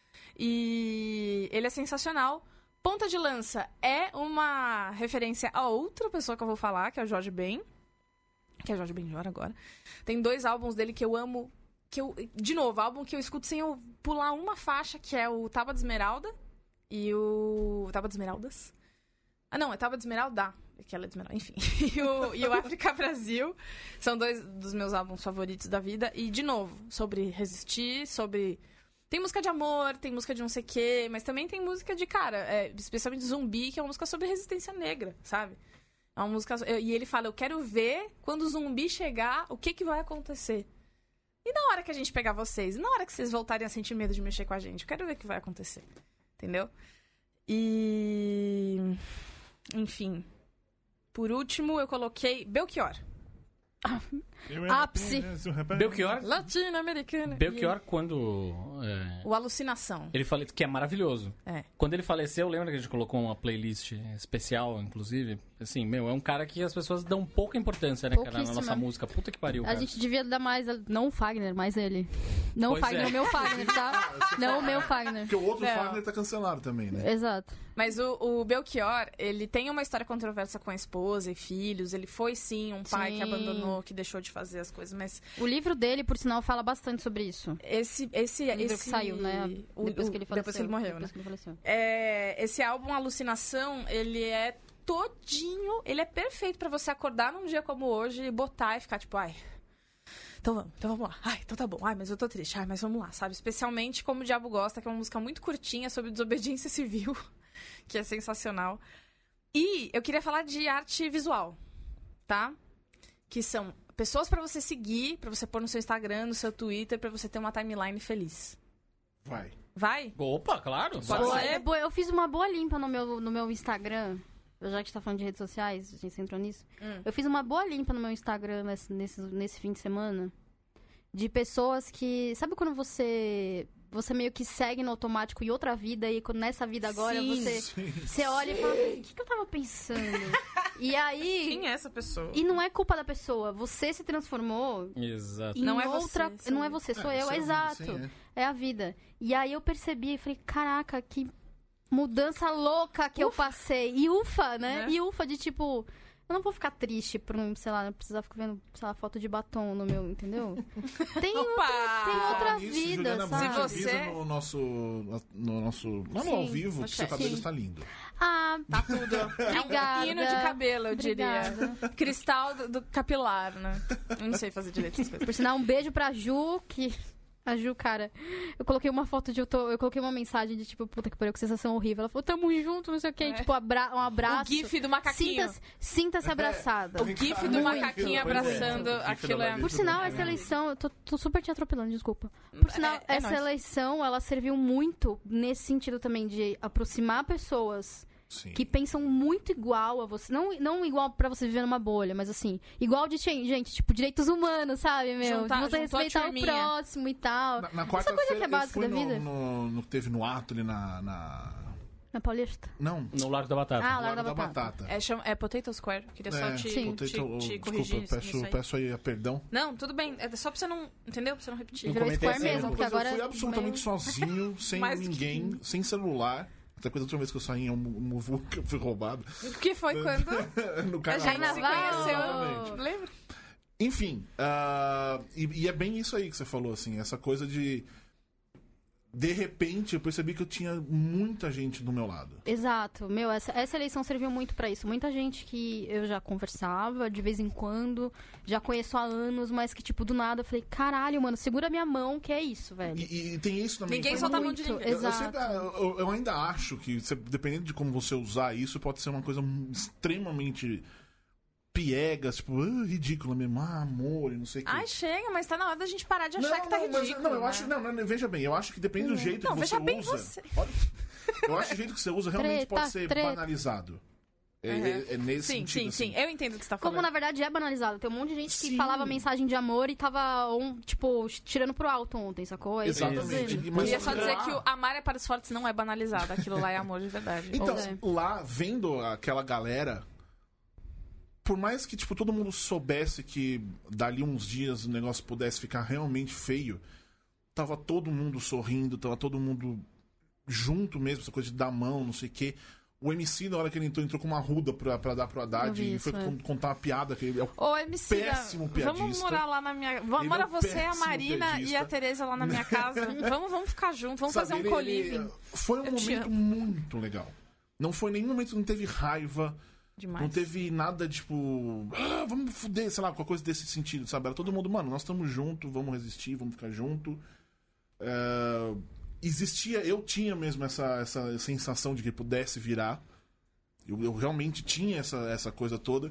E ele é sensacional. Ponta de Lança é uma referência a outra pessoa que eu vou falar, que é o Jorge Ben. Que é o Jorge Benjor agora. Tem dois álbuns dele que eu amo. Que eu, de novo, álbum que eu escuto sem eu pular uma faixa, que é o Tábua de Esmeralda e o. Tábua de Esmeraldas? Ah, não, é Tábua de Esmeralda. Que ela é de Esmeralda, enfim. E o, e o África Brasil. São dois dos meus álbuns favoritos da vida. E, de novo, sobre resistir, sobre. Tem música de amor, tem música de não sei o quê, mas também tem música de, cara, é, especialmente Zumbi, que é uma música sobre resistência negra, sabe? É uma música... E ele fala, eu quero ver quando o zumbi chegar, o que que vai acontecer. E na hora que a gente pegar vocês? E na hora que vocês voltarem a sentir medo de mexer com a gente? Eu quero ver o que vai acontecer. Entendeu? E... Enfim. Por último, eu coloquei Belchior. Ápice. Belchior, Latino-americana. Belchior quando... é, O Alucinação. ele fale... que é maravilhoso. É. Quando ele faleceu, lembra que a gente colocou uma playlist especial, inclusive? Assim, meu, é um cara que as pessoas dão pouca importância, né, cara, na nossa Pouquíssima. música. Puta que pariu, A cara. gente devia dar mais. Não o Fagner, mais ele. Não Pois o Fagner, é. o meu Fagner, tá? Não o meu Fagner. Porque o outro Não. Fagner tá cancelado também, né? Exato. Mas o, o Belchior, ele tem uma história controversa com a esposa e filhos. Ele foi, sim, um pai Sim. que abandonou, que deixou de fazer as coisas. Mas O livro dele, por sinal, fala bastante sobre isso. esse... esse, O livro esse que saiu, né? o- Depois o- que ele faleceu. Depois que ele morreu, Depois né? que ele faleceu. É, esse álbum, Alucinação, ele é todinho... Ele é perfeito pra você acordar num dia como hoje e botar e ficar tipo, ai... Então vamos, então vamos lá. Ai, então tá bom. Ai, mas eu tô triste. Ai, mas vamos lá, sabe? Especialmente Como o Diabo Gosta, que é uma música muito curtinha sobre desobediência civil, que é sensacional. E eu queria falar de arte visual, tá? Que são pessoas pra você seguir, pra você pôr no seu Instagram, no seu Twitter, pra você ter uma timeline feliz. Vai. Vai? Opa, claro. Pode Boa, ser? é boa. Eu fiz uma boa limpa no meu, no meu Instagram. Já que a gente tá falando de redes sociais, a gente entrou nisso. Hum. Eu fiz uma boa limpa no meu Instagram nesse, nesse, nesse fim de semana. De pessoas que... Sabe quando você... Você meio que segue no automático em outra vida e quando nessa vida agora Sim. você... Sim. Você olha e fala, o que, que eu tava pensando? E aí... Quem é essa pessoa? E não é culpa da pessoa. Você se transformou Exato. em Não é outra... você, não é sim. você, sou É, eu, isso é- exato. sim, É a vida. E aí eu percebi e falei, caraca, que mudança louca que eu passei. E ufa, né? Né? E ufa de tipo... Eu não vou ficar triste por não, sei lá, não precisar ficar vendo, sei lá, foto de batom no meu, entendeu? Tem, Opa! outra, tem outra Falar nisso, vida, Juliana sabe? Brandi Se você- avisa no nosso, no nosso, lá no Sim, ao vivo, que você- seu cabelo sim. está lindo. Ah, Tá tudo. Obrigada. É um hino de cabelo, eu diria. Obrigada. Cristal do, do capilar, né? Eu não sei fazer direito essas coisas. por sinal, um beijo pra Ju, que... A Ju, cara, eu coloquei uma foto de... Eu, tô, eu coloquei uma mensagem de tipo, puta que pariu, que sensação horrível. Ela falou, tamo junto, não sei o quê. É. Tipo, abra, um O abraço. gif do macaquinho. Sinta-se sinta-se abraçada. O gif do Muito. macaquinho Pois é. abraçando, O gif aquilo da é... Maria Por Tudo sinal, bem, essa né? eleição, eu tô, tô super te atropelando, desculpa. Por sinal, É- é essa nóis. eleição, ela serviu muito nesse sentido também de aproximar pessoas Sim. que pensam muito igual a você. Não, não igual pra você viver numa bolha, mas assim, igual de gente, gente, tipo, direitos humanos, sabe, meu? Juntar- de você juntou a respeitar o turminha. próximo e tal. Na, na Essa coisa que quarta-feira é eu básica fui da no, vida. no, no que teve no ato ali na... na... Na Paulista. Não, No Largo da Batata. Ah, Largo Largo da Batata. É, chama, é Potato Square. Queria só É, te, Sim. te, potato- te desculpa, corrigir peço, nisso aí. peço aí perdão. Não, tudo bem. É só pra você não... Entendeu? Pra você não repetir. Virou comentei Square assim, mesmo, não, porque Mas agora... eu fui absolutamente sozinho, sem Mais que- ninguém, sem celular. Até que a última vez que eu saí em um Muvuca, eu fui roubado. O que foi quando? No A gente se carnaval. Carnaval. conheceu. Exatamente. Lembra? Enfim, uh, e, e é bem isso aí que você falou, assim, essa coisa de... De repente, eu percebi que eu tinha muita gente do meu lado. Exato. Meu, essa, essa eleição serviu muito pra isso. Muita gente que eu já conversava de vez em quando, já conheço há anos, mas que, tipo, do nada eu falei, caralho, mano, segura minha mão, que é isso, velho. E, e tem isso também. Ninguém Foi solta a mão muito- de ninguém. Eu, eu, Exato. sempre- eu- eu ainda acho que, você- dependendo de como você usar isso, pode ser uma coisa extremamente piegas, tipo, ah, ridícula mesmo, ah, amor e não sei o quê. Ai, chega, mas tá na hora da gente parar de achar que tá não, mas- ridículo. não, eu né? acho, não, não, veja bem, eu acho que depende do jeito Não, que veja você bem usa. você. Olha, eu acho que o jeito que você usa realmente Treta, pode ser treta. banalizado. É, Uhum. é- é nesse Sim, sentido, sim, assim. sim. Eu entendo o que você tá falando. Como na verdade é banalizado. Tem um monte de gente que Sim. falava mensagem de amor e tava, um, tipo, tirando pro alto ontem, sacou? É isso que eu tô Exatamente. dizendo. E- Eu mas queria só lá- dizer que o amar é para os fortes não é banalizado. Aquilo lá é amor de verdade. Então, Pois é. lá, vendo aquela galera, por mais que, tipo, todo mundo soubesse que dali uns dias o negócio pudesse ficar realmente feio, tava todo mundo sorrindo, tava todo mundo junto mesmo, essa coisa de dar mão, não sei o quê. O M C, na hora que ele entrou, entrou com uma ruda pra, pra dar pro Eu Haddad vi e isso, foi é. con- contar uma piada que ele é o Ô, M C, péssimo vamos piadista. morar lá na minha... Vamos Ele morar é um você, a péssimo Marina piadista. e a Tereza lá na minha casa. vamos, vamos ficar juntos, vamos Sabe, fazer um ele- co-living. ele- Foi um Eu te momento amo. muito legal. Não foi nenhum momento, não teve raiva. Demais. Não teve nada, tipo, ah, vamos fuder, sei lá, qualquer coisa desse sentido, sabe? Era todo mundo, mano, nós estamos juntos, vamos resistir, vamos ficar junto. É, existia, eu tinha mesmo essa, essa sensação de que pudesse virar. Eu, eu realmente tinha essa, essa coisa toda.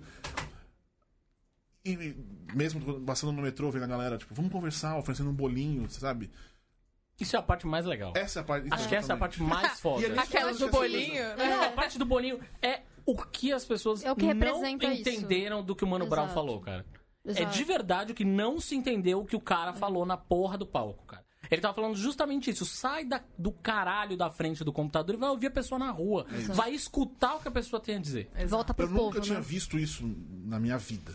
E mesmo passando no metrô, vendo a galera, tipo, vamos conversar, oferecendo um bolinho, sabe? Isso é a parte mais legal. Essa é a parte. Acho que essa é a parte mais foda. E ali- Aquela do bolinho, né? Não, a parte do bolinho é o que as pessoas É o que não representa isso. entenderam do que o Mano Brown Exato. falou, cara. É Exato. de verdade o que não se entendeu o que o cara falou na porra do palco, cara. Ele tava falando justamente isso. Sai da- do caralho da frente do computador e vai ouvir a pessoa na rua. Vai escutar o que a pessoa tem a dizer. Volta pro Eu nunca povo, tinha né? visto isso na minha vida.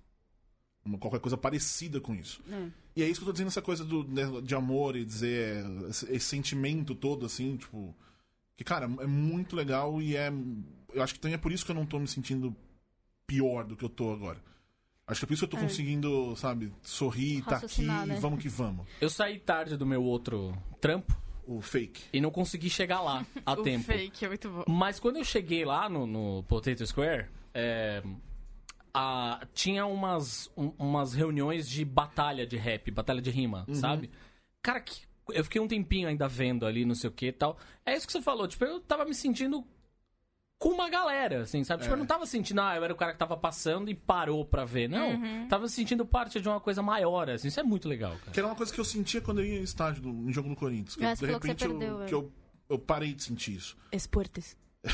Uma- Qualquer coisa parecida com isso. É. E é isso que eu tô dizendo, essa coisa do, né, de amor e dizer esse, esse sentimento todo, assim, tipo. Que, cara, é muito legal e é. Eu acho que também é por isso que eu não tô me sentindo pior do que eu tô agora. Acho que é por isso que eu tô conseguindo, sabe, sorrir, tá aqui Raciocinar, né? e vamos que vamos. Eu saí tarde do meu outro trampo O fake. e não consegui chegar lá a O tempo. fake é muito bom. Mas quando eu cheguei lá no, no Potato Square, é, a- tinha umas, um- umas reuniões de batalha de rap, batalha de rima, sabe? Cara, que, eu fiquei um tempinho ainda vendo ali, não sei o que e tal. É isso que você falou, tipo, eu tava me sentindo com uma galera, assim, sabe? Tipo, É. eu não tava sentindo, ah, eu era o cara que tava passando e parou pra ver. Não, tava me sentindo parte de uma coisa maior, assim. Isso é muito legal, cara. Que era uma coisa que eu sentia quando eu ia em estádio, do, em jogo do Corinthians. Que É, eu, você de falou que repente você eu, perdeu, é. que eu, eu parei de sentir isso. Esportes.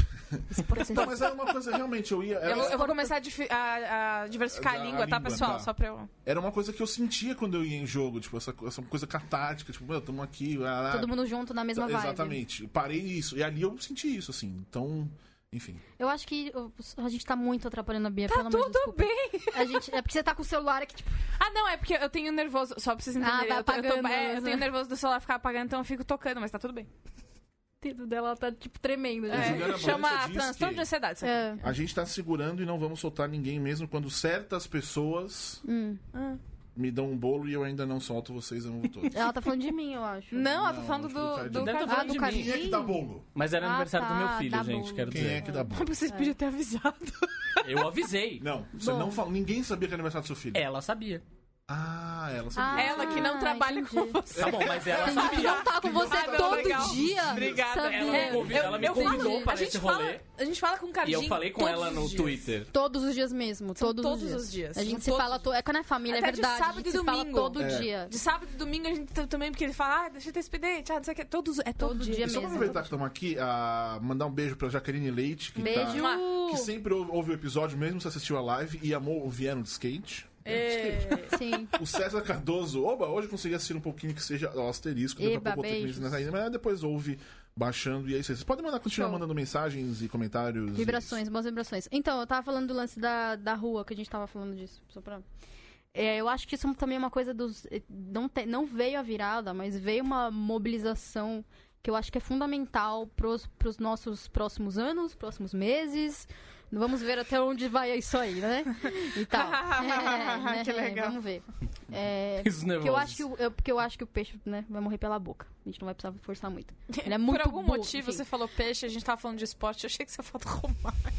Não, mas era uma coisa, realmente, eu ia. Era, Eu, eu vou começar a, difi- a- a diversificar a, A- a língua, tá, língua, pessoal? tá. Só pra eu... era uma coisa que eu sentia quando eu ia em jogo, tipo, essa, essa coisa catártica, tipo, meu, tamo aqui. lá, lá. Todo mundo junto na mesma vibe. Exatamente. Eu parei isso. E ali eu senti isso, assim. Então, enfim. Eu acho que uh, a gente tá muito atrapalhando a Bia, pelo amor de Tudo desculpa. bem. A gente, é porque você tá com o celular aqui, tipo, Ah, não, é porque eu tenho nervoso, só pra vocês entenderem. Ah, tá eu, tô- eu, tô- apagando, é, eu né? tenho nervoso do celular ficar apagando, então eu fico tocando, mas tá tudo bem. o dedo dela tá, tipo, tremendo. É, já. Juliana chama Branca diz transtorno que- de ansiedade. Isso aqui. É. A gente tá segurando e não vamos soltar ninguém mesmo quando certas pessoas Hum. me dão um bolo e eu ainda não solto vocês, eu não vou todos. Ela tá falando de mim, eu acho. Não, ela tá Não, falando acho que o do, Cardinho- do Deve tá Cardinho. falando Ah, do de Cardinho. mim. Quem é que dá bolo? Mas era Ah, aniversário do tá, meu filho, dá gente, bom. quero Quem dizer. é que dá bolo? Vocês podiam ter avisado. Eu avisei. Não, você Bom. não fala. Ninguém sabia que era aniversário do seu filho. Ela sabia. Ah, ela sabia. Ah, Ela que não trabalha entendi. com você. Tá bom, mas ela Entendi que sabia. não tá com você Ah, não, todo legal. dia. Obrigada. Sabia. Ela me convidou, ela me eu convidou falo- para a gente esse fala- rolê. A gente fala com o E Cardinho eu falei com todos ela no os dias. Twitter. Todos os dias mesmo, São todos, todos os dias. os dias. A gente São se todos fala, os to... é quando é família, Até é de verdade. sábado a gente e se fala domingo. todo É. dia. De sábado e domingo a gente t- também, porque ele fala, ah, deixa eu ter expediente, ah, não sei o que. Todos, é todo, Todo dia. dia E só pra mesmo. aproveitar que estamos aqui, a mandar um beijo pra Jaqueline Leite, que, Beijo. tá, que sempre ouve, ouve o episódio, mesmo se assistiu a live, e amou o Viano de skate. É. Sim. O César Cardoso, oba, hoje eu consegui assistir um pouquinho que seja o asterisco, daqui a Eba, pouco eu vou ter que beijos. ensinar ainda, mas depois ouve baixando e é isso aí. Vocês podem mandar, continuar Show. mandando mensagens e comentários. Vibrações, boas vibrações. Então, eu tava falando do lance da, da rua, que a gente tava falando disso. Só pra... É, eu acho que isso também é uma coisa dos... Não, te- não veio a virada, mas veio uma mobilização que eu acho que é fundamental pros, pros nossos próximos anos, próximos meses, Vamos ver até onde vai isso aí, né? E tal. É, né? Que legal. Vamos ver. É, Risos porque, eu nervosos. acho que o, eu, porque eu acho que o peixe, né, vai morrer pela boca. A gente não vai precisar forçar muito. Ele é muito Por algum bom, motivo enfim. você falou peixe, a gente tava falando de esporte, eu achei que você falou do Romário.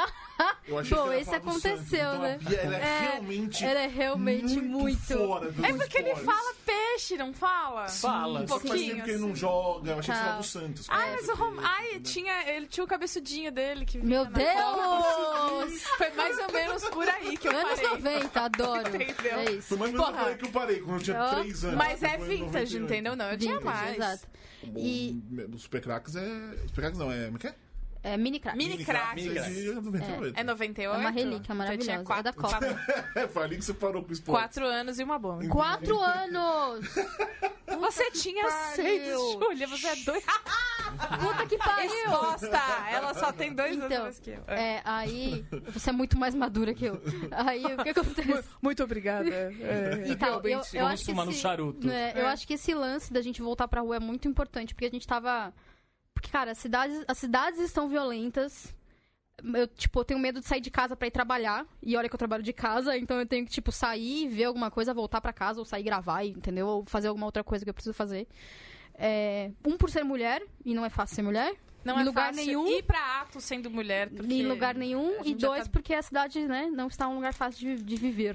Eu achei Bom, que ela ia esse falar do aconteceu, Santos, então né? a Bia, ela é, É, realmente ela é realmente muito. fora do É porque ele esporte. fala peixe, não fala? Fala. Um Só que faz pouquinho, tempo que ele não assim. joga. Eu achei que Tá. você falava do Santos. Ai, mas o Rom... Rom... Ai, tinha... ele tinha o cabeçudinho dele que vinha Meu na Copa. Deus! Foi mais ou menos por aí que eu Anos parei. noventa, adoro. Entendeu? É isso. Foi mais ou menos Porra. por aí que eu parei, quando eu tinha Ó. três anos. Mas é Foi em vintage, noventa e oito. entendeu? Não, eu tinha Vintage, mais. Exato. O, E- o Super Cracks é... Super Cracks não, é... Como é que é? É mini crack. Mini crack. é de noventa e oito. É noventa e oito? É uma relíquia Então eu tinha maravilhosa. quatro, É da Copa. É, foi ali que você parou com o esporte. Quatro anos e uma bomba. Quatro anos! Você tinha pariu. seis, Júlia. Você é dois. Puta que pariu! Exposta! Ela só tem dois anos Então, mais que eu. é, aí... Você é muito mais madura que eu. Aí, o que acontece? Muito obrigada. É. E tal, eu, eu Vamos acho que fumar no esse- charuto. né, Eu É. acho que esse lance da gente voltar pra rua é muito importante, porque a gente tava... Porque, cara, as cidades, as cidades estão violentas. Eu, tipo, eu tenho medo de sair de casa pra ir trabalhar. E olha que eu trabalho de casa, então eu tenho que, tipo, sair, ver alguma coisa, voltar pra casa, ou sair gravar, entendeu? Ou fazer alguma outra coisa que eu preciso fazer. É, um por ser mulher, e não é fácil ser mulher. Não em é lugar fácil nenhum. ir pra ato sendo mulher. Porque Em lugar nenhum. a E gente já dois, tá- porque a cidade, né, não está um lugar fácil de, de viver.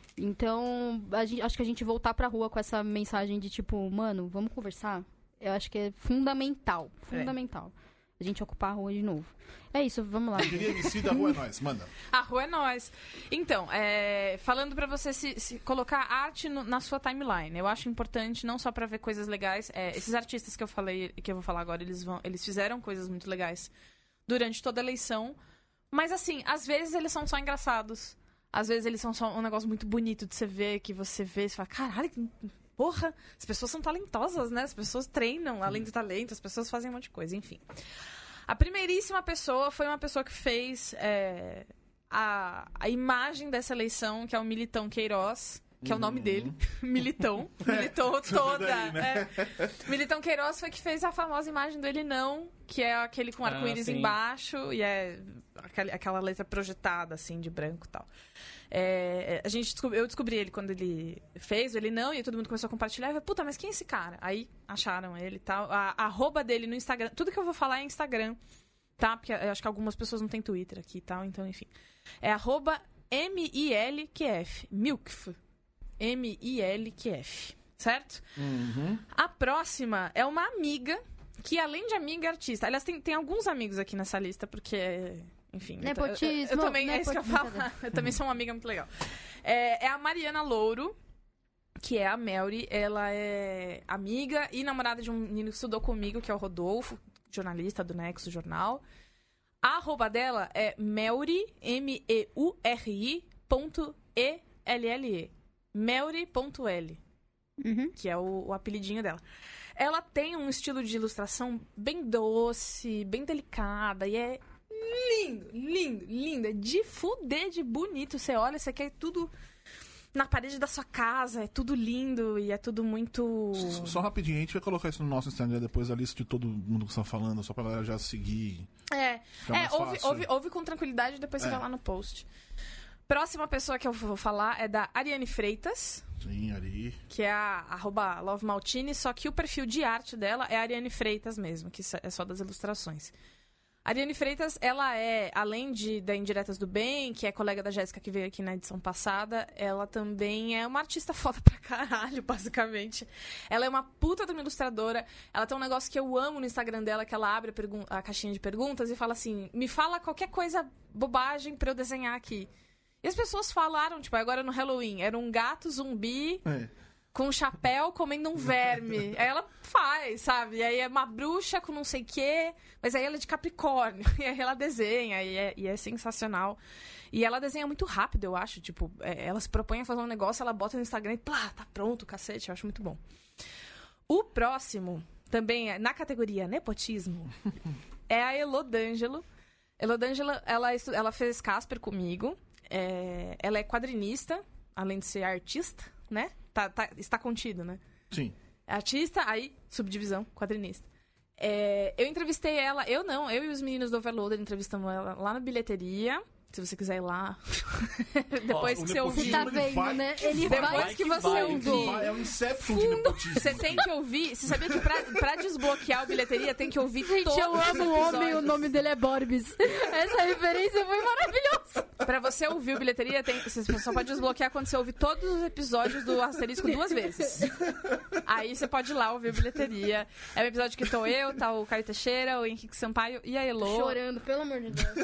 Então, a gente- acho que a gente voltar pra rua com essa mensagem de tipo, mano, vamos conversar. Eu acho que é fundamental. Fundamental. A gente ocupar a rua de novo. É isso, vamos lá. Queria M C da rua é nós, manda. A rua é nós. Então, é, falando pra você se, se colocar arte no- na sua timeline, eu acho importante não só pra ver coisas legais. É, esses artistas que eu falei, que eu vou falar agora, eles vão, eles fizeram coisas muito legais durante toda a eleição. Mas assim, às vezes eles são só engraçados. Às vezes eles são só um negócio muito bonito de você ver, que você vê e fala, caralho, que porra, as pessoas são talentosas, né? As pessoas treinam, além do talento, as pessoas fazem um monte de coisa, enfim. A primeiríssima pessoa foi uma pessoa que fez é, a, a imagem dessa eleição, que é o Militão Queiroz, que é o nome dele. Militão. Militou toda. daí, né? é. Militão Queiroz foi que fez a famosa imagem do Ele Não, que é aquele com Ah, arco-íris sim. embaixo e é aquela, aquela letra projetada, assim, de branco e tal. É, a gente descob- eu descobri ele quando ele fez o Ele Não, e aí todo mundo começou a compartilhar. Eu falei, puta, mas quem é esse cara? Aí acharam ele e tal. A, a arroba dele no Instagram. Tudo que eu vou falar é Instagram, tá? Porque eu acho que algumas pessoas não têm Twitter aqui e tal, então, enfim. É arroba M I L Q F. Milkf. M I L Q F. Certo? Uhum. A próxima é uma amiga, que além de amiga, é artista. Aliás, tem, tem alguns amigos aqui nessa lista, porque... Enfim, eu, eu, eu, Nepotismo, eu também, é isso que eu nepotismo, falo. Eu também sou uma amiga muito legal. É, é a Mariana Louro, que é a Melry. Ela é amiga e namorada de um menino que estudou comigo, que é o Rodolfo, jornalista do Nexo Jornal. A arroba dela é Melry, M E U R I, ponto E L L E. Melry ponto L, Uhum. que é o, o apelidinho dela. Ela tem um estilo de ilustração bem doce, bem delicada, e é lindo, lindo, lindo. É de fuder de bonito. Você olha, você quer tudo na parede da sua casa, é tudo lindo e é tudo muito... Só, só rapidinho, a gente vai colocar isso no nosso Instagram depois, a lista de todo mundo que está falando, só pra galera já seguir. É, Fica é mais ouve, fácil. ouve, ouve com tranquilidade e depois você É. vai lá no post. Próxima pessoa que eu vou falar é da Ariane Freitas, Sim, ali. que é a arroba Love Maltini, só que o perfil de arte dela é Ariane Freitas mesmo, que é só das ilustrações. Ariane Freitas, ela é, além de da Indiretas do Bem, que é colega da Jéssica que veio aqui na edição passada, ela também é uma artista foda pra caralho, basicamente. Ela é uma puta de uma ilustradora. Ela tem um negócio que eu amo no Instagram dela, que ela abre a, pergun- a caixinha de perguntas e fala assim, me fala qualquer coisa bobagem pra eu desenhar aqui. E as pessoas falaram, tipo, agora no Halloween, era um gato zumbi É. com um chapéu comendo um verme. Aí ela faz, sabe? E aí é uma bruxa com não sei o quê, mas aí ela é de Capricórnio. E aí ela desenha, e é, e é sensacional. E ela desenha muito rápido, eu acho. Tipo, é, ela se propõe a fazer um negócio, ela bota no Instagram e plá, tá pronto, cacete. Eu acho muito bom. O próximo, também é na categoria nepotismo, é a Elodângelo. Elodângelo, ela, estu- ela fez Casper comigo. É, ela é quadrinista, além de ser artista, né? Tá, tá- está contido, né? Sim. É artista, aí subdivisão, quadrinista. É, eu entrevistei ela, eu não, eu e os meninos do Overloader entrevistamos ela lá na bilheteria. Se você quiser ir lá. Depois Ó, que você ouvir. Você tá Ele vendo, vai- né? Ele Depois vai... que vai, você vai, ouvir. Vai, é um inception de nepotismo. Você tem que ouvir. Você sabia que pra, pra desbloquear o bilheteria tem que ouvir Gente, todos eu os amo o homem, o episódios. nome dele é Borbis. Essa referência foi maravilhosa. Pra você ouvir o bilheteria, tem, você só pode desbloquear quando você ouvir todos os episódios do Asterisco duas vezes. Aí você pode ir lá ouvir o bilheteria. É um episódio que tô eu, tá o Caio Teixeira, o Henrique Sampaio e a Elô. Chorando, pelo amor de Deus.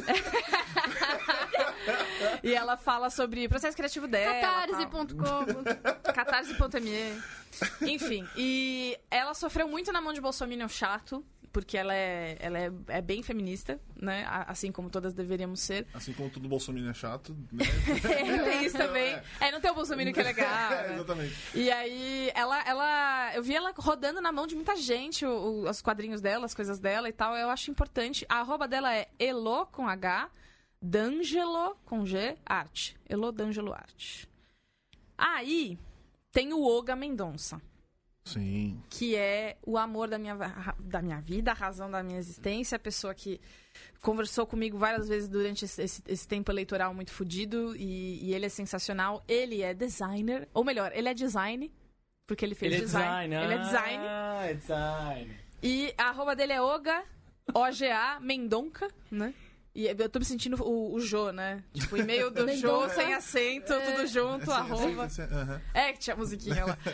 E ela fala sobre o processo criativo dela. Catarse tal. ponto com. catarse ponto me. Enfim, e ela sofreu muito na mão de Bolsonaro chato, porque ela é, ela é, é bem feminista, né? A- Assim como todas deveríamos ser. Assim como tudo Bolsonaro é chato, né? Tem isso também. É, não tem o Bolsonaro que é legal. É, né? exatamente. E aí, ela, ela. Eu vi ela rodando na mão de muita gente, o- o- os quadrinhos dela, as coisas dela e tal. Eu acho importante. A arroba dela é Elo com H, D'Angelo com G, Arte. Elo D'Angelo Arte. Aí tem o Olga Mendonça, Sim. que é o amor da minha, va- da minha vida, a razão da minha existência, a pessoa que conversou comigo várias vezes durante esse, esse- esse tempo eleitoral muito fodido, e, e ele é sensacional. Ele é designer, ou melhor, ele é design, porque ele fez Ele é design. design. Ele é design. Ah, é design. E a arroba dele é Oga, O G A, Mendonca, né? E eu tô me sentindo o, o Jô, né? Tipo, e-mail do Jô, Mendonça. sem acento, tudo junto, arroba. Sim, sim, sim, aham. É, que tinha a musiquinha lá.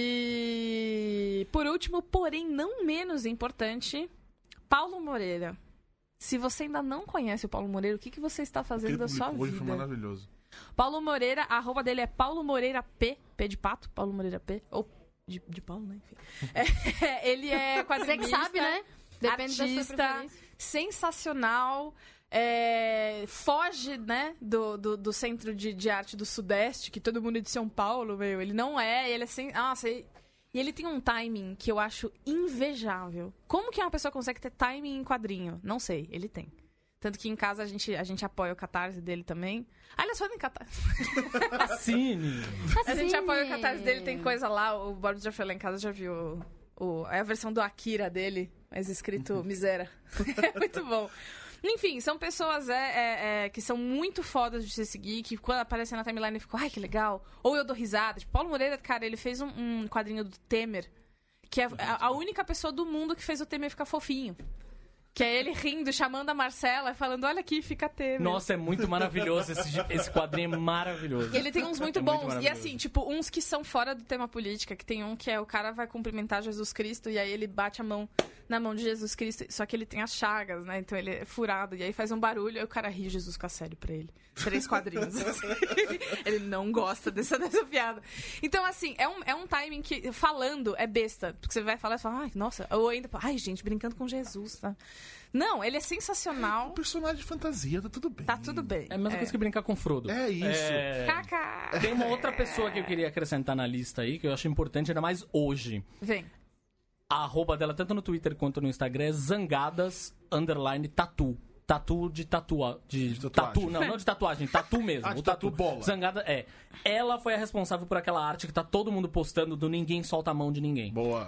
E por último, porém não menos importante, Paulo Moreira. Se você ainda não conhece o Paulo Moreira, o que, que você está fazendo Aquele da sua público hoje foi vida? maravilhoso. Paulo Moreira, a arroba dele é Paulo Moreira P, P de pato, Paulo Moreira P, ou de, de Paulo, né? Enfim. É, ele é Você quadrinista, que sabe, né? Depende da sua artista, preferência. sensacional, é, foge, né, do, do, do Centro de, de Arte do Sudeste, que todo mundo é de São Paulo, meu. Ele não é, ele é sem... Nossa, ele, e ele tem um timing que eu acho invejável. Como que uma pessoa consegue ter timing em quadrinho? Não sei, ele tem. Tanto que em casa a gente, a gente apoia o Catarse dele também. Aliás, falando em Catarse. Assine. A gente Assim, apoia o Catarse dele, tem coisa lá. O Bob já foi lá em casa, já viu o, o- é a versão do Akira dele, mas escrito miséria. É muito bom. Enfim, são pessoas é, é, é, que são muito fodas de se seguir, que quando aparecem na timeline eu fico, ai, que legal. Ou eu dou risada. Tipo, Paulo Moreira, cara, ele fez um, um quadrinho do Temer, que é a, a única pessoa do mundo que fez o Temer ficar fofinho. Que é ele rindo, chamando a Marcela e falando, olha aqui, fica Temer. Nossa, é muito maravilhoso. Esse, esse quadrinho é maravilhoso. E ele tem uns muito É muito bons. e maravilhoso. assim, tipo, uns que são fora do tema política, que tem um que é o cara vai cumprimentar Jesus Cristo e aí ele bate a mão na mão de Jesus Cristo, só que ele tem as chagas, né? Então ele é furado. E aí faz um barulho e o cara ri, Jesus fica sério pra ele. Três quadrinhos. assim. Ele não gosta dessa, dessa piada. Então, assim, é um, é um timing que, falando, é besta. Porque você vai falar e fala, ai, nossa. Ou ainda, ai, gente, brincando com Jesus, tá? Não, ele é sensacional. Um personagem de fantasia, tá tudo bem. Tá tudo bem. É a mesma coisa que brincar com Frodo. É isso. É... Caca. Tem uma outra pessoa que eu queria acrescentar na lista aí, que eu acho importante, ainda mais hoje. Vem. A arroba dela, tanto no Twitter quanto no Instagram, é zangadas, underline, tatu. Tatu de tatua... De, De tatuagem. tatu, não, não de tatuagem, tatu mesmo. Ah, de o tatu. tatu bola. Zangada, é. Ela foi a responsável por aquela arte que tá todo mundo postando do ninguém solta a mão de ninguém. Boa.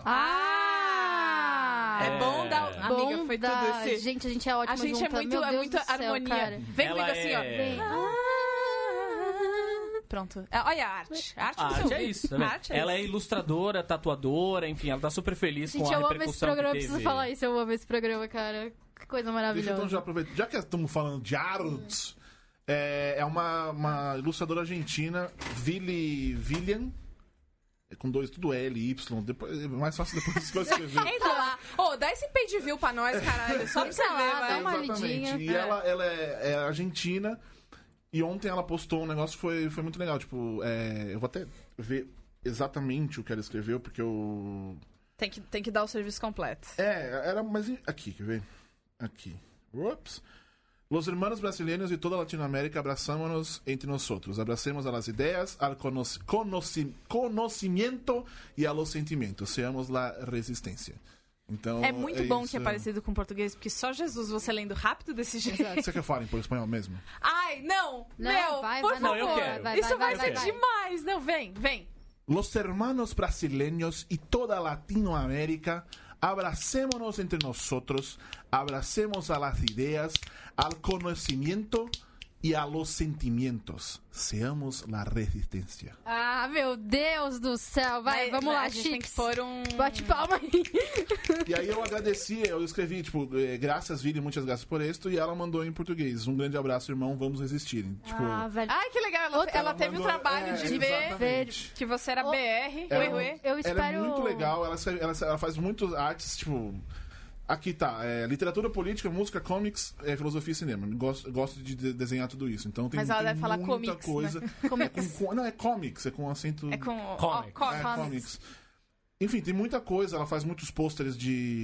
Ah! É, É. bom dar. Bom Amiga, foi da- tudo esse. Gente, a gente é ótima A gente junta. é muito, Meu é Deus muito do céu, harmonia. cara. Vem Ela comigo assim, ó. é- Vem. Pronto. É, olha a arte. A arte, A do arte seu é vídeo. isso, tá vendo? A arte é Ela é isso. ilustradora, tatuadora, enfim, ela tá super feliz Gente, com a eu amo esse repercussão programa, que eu teve. preciso falar isso, eu amo esse programa, cara. Que coisa Deixa eu maravilhosa. então já aproveitar. Já que estamos falando de artes, é, é uma, uma ilustradora argentina, Vili Villian. É com dois, tudo L, Y. Depois, é mais fácil depois que eu escrever. Entra lá. Ô, dá esse pay de view pra nós, caralho. Só pra você Entra ver, lá, vai. dá uma Exatamente. lidinha. E É. ela, ela é, é argentina. E ontem ela postou um negócio que foi, foi muito legal. Tipo, é, eu vou até ver exatamente o que ela escreveu, porque eu. Tem que, tem que dar o serviço completo. É, era. Mas aqui, quer ver? Aqui. Ups. Los hermanos brasileños de toda Latinoamérica abrazámonos entre nosotros. Abracemos a las ideas, al conoci- conoci- conocimiento y a los sentimientos. Seamos la resistencia. Então, É muito bom isso. que é parecido com português, porque só Jesus você lendo rápido desse jeito. Você quer falar em espanhol mesmo? Ai, não! Não, meu, vai, por vai, Não, favor. eu quero. vai, Isso vai, vai, ser vai, vai. demais. Não, vem, vem. Los hermanos brasileños y toda Latinoamérica Abracémonos entre nosotros, abracemos a las ideas, al conocimiento e a los sentimientos. Seamos la resistencia. Ah, meu Deus do céu. Vai, Mas- vamos mas lá, a gente tem que Chips. pôr um... Bate palma aí. E aí eu agradeci, eu escrevi, tipo, eh, graças, Vini, muitas graças por isto, e ela mandou em português. Um grande abraço, irmão, vamos resistir. Tipo, Ah, velho. Ai, que legal. Ela, Outra- ela ela teve o mandou- trabalho é, de ver exatamente. que você era Oh, B R. Ela- Ué, ué. Eu Ela espero... é muito legal, ela, escreve- ela, ela faz muitas artes, tipo... Aqui tá, é, literatura, política, música, comics, é, filosofia e cinema. Gosto, gosto de de- desenhar tudo isso. Então tem, Mas ela tem deve falar muita comics, coisa. né? É com, com- não, é comics, é com acento... É com... Comics. ó, É, comics. comics. Enfim, tem muita coisa, ela faz muitos pôsteres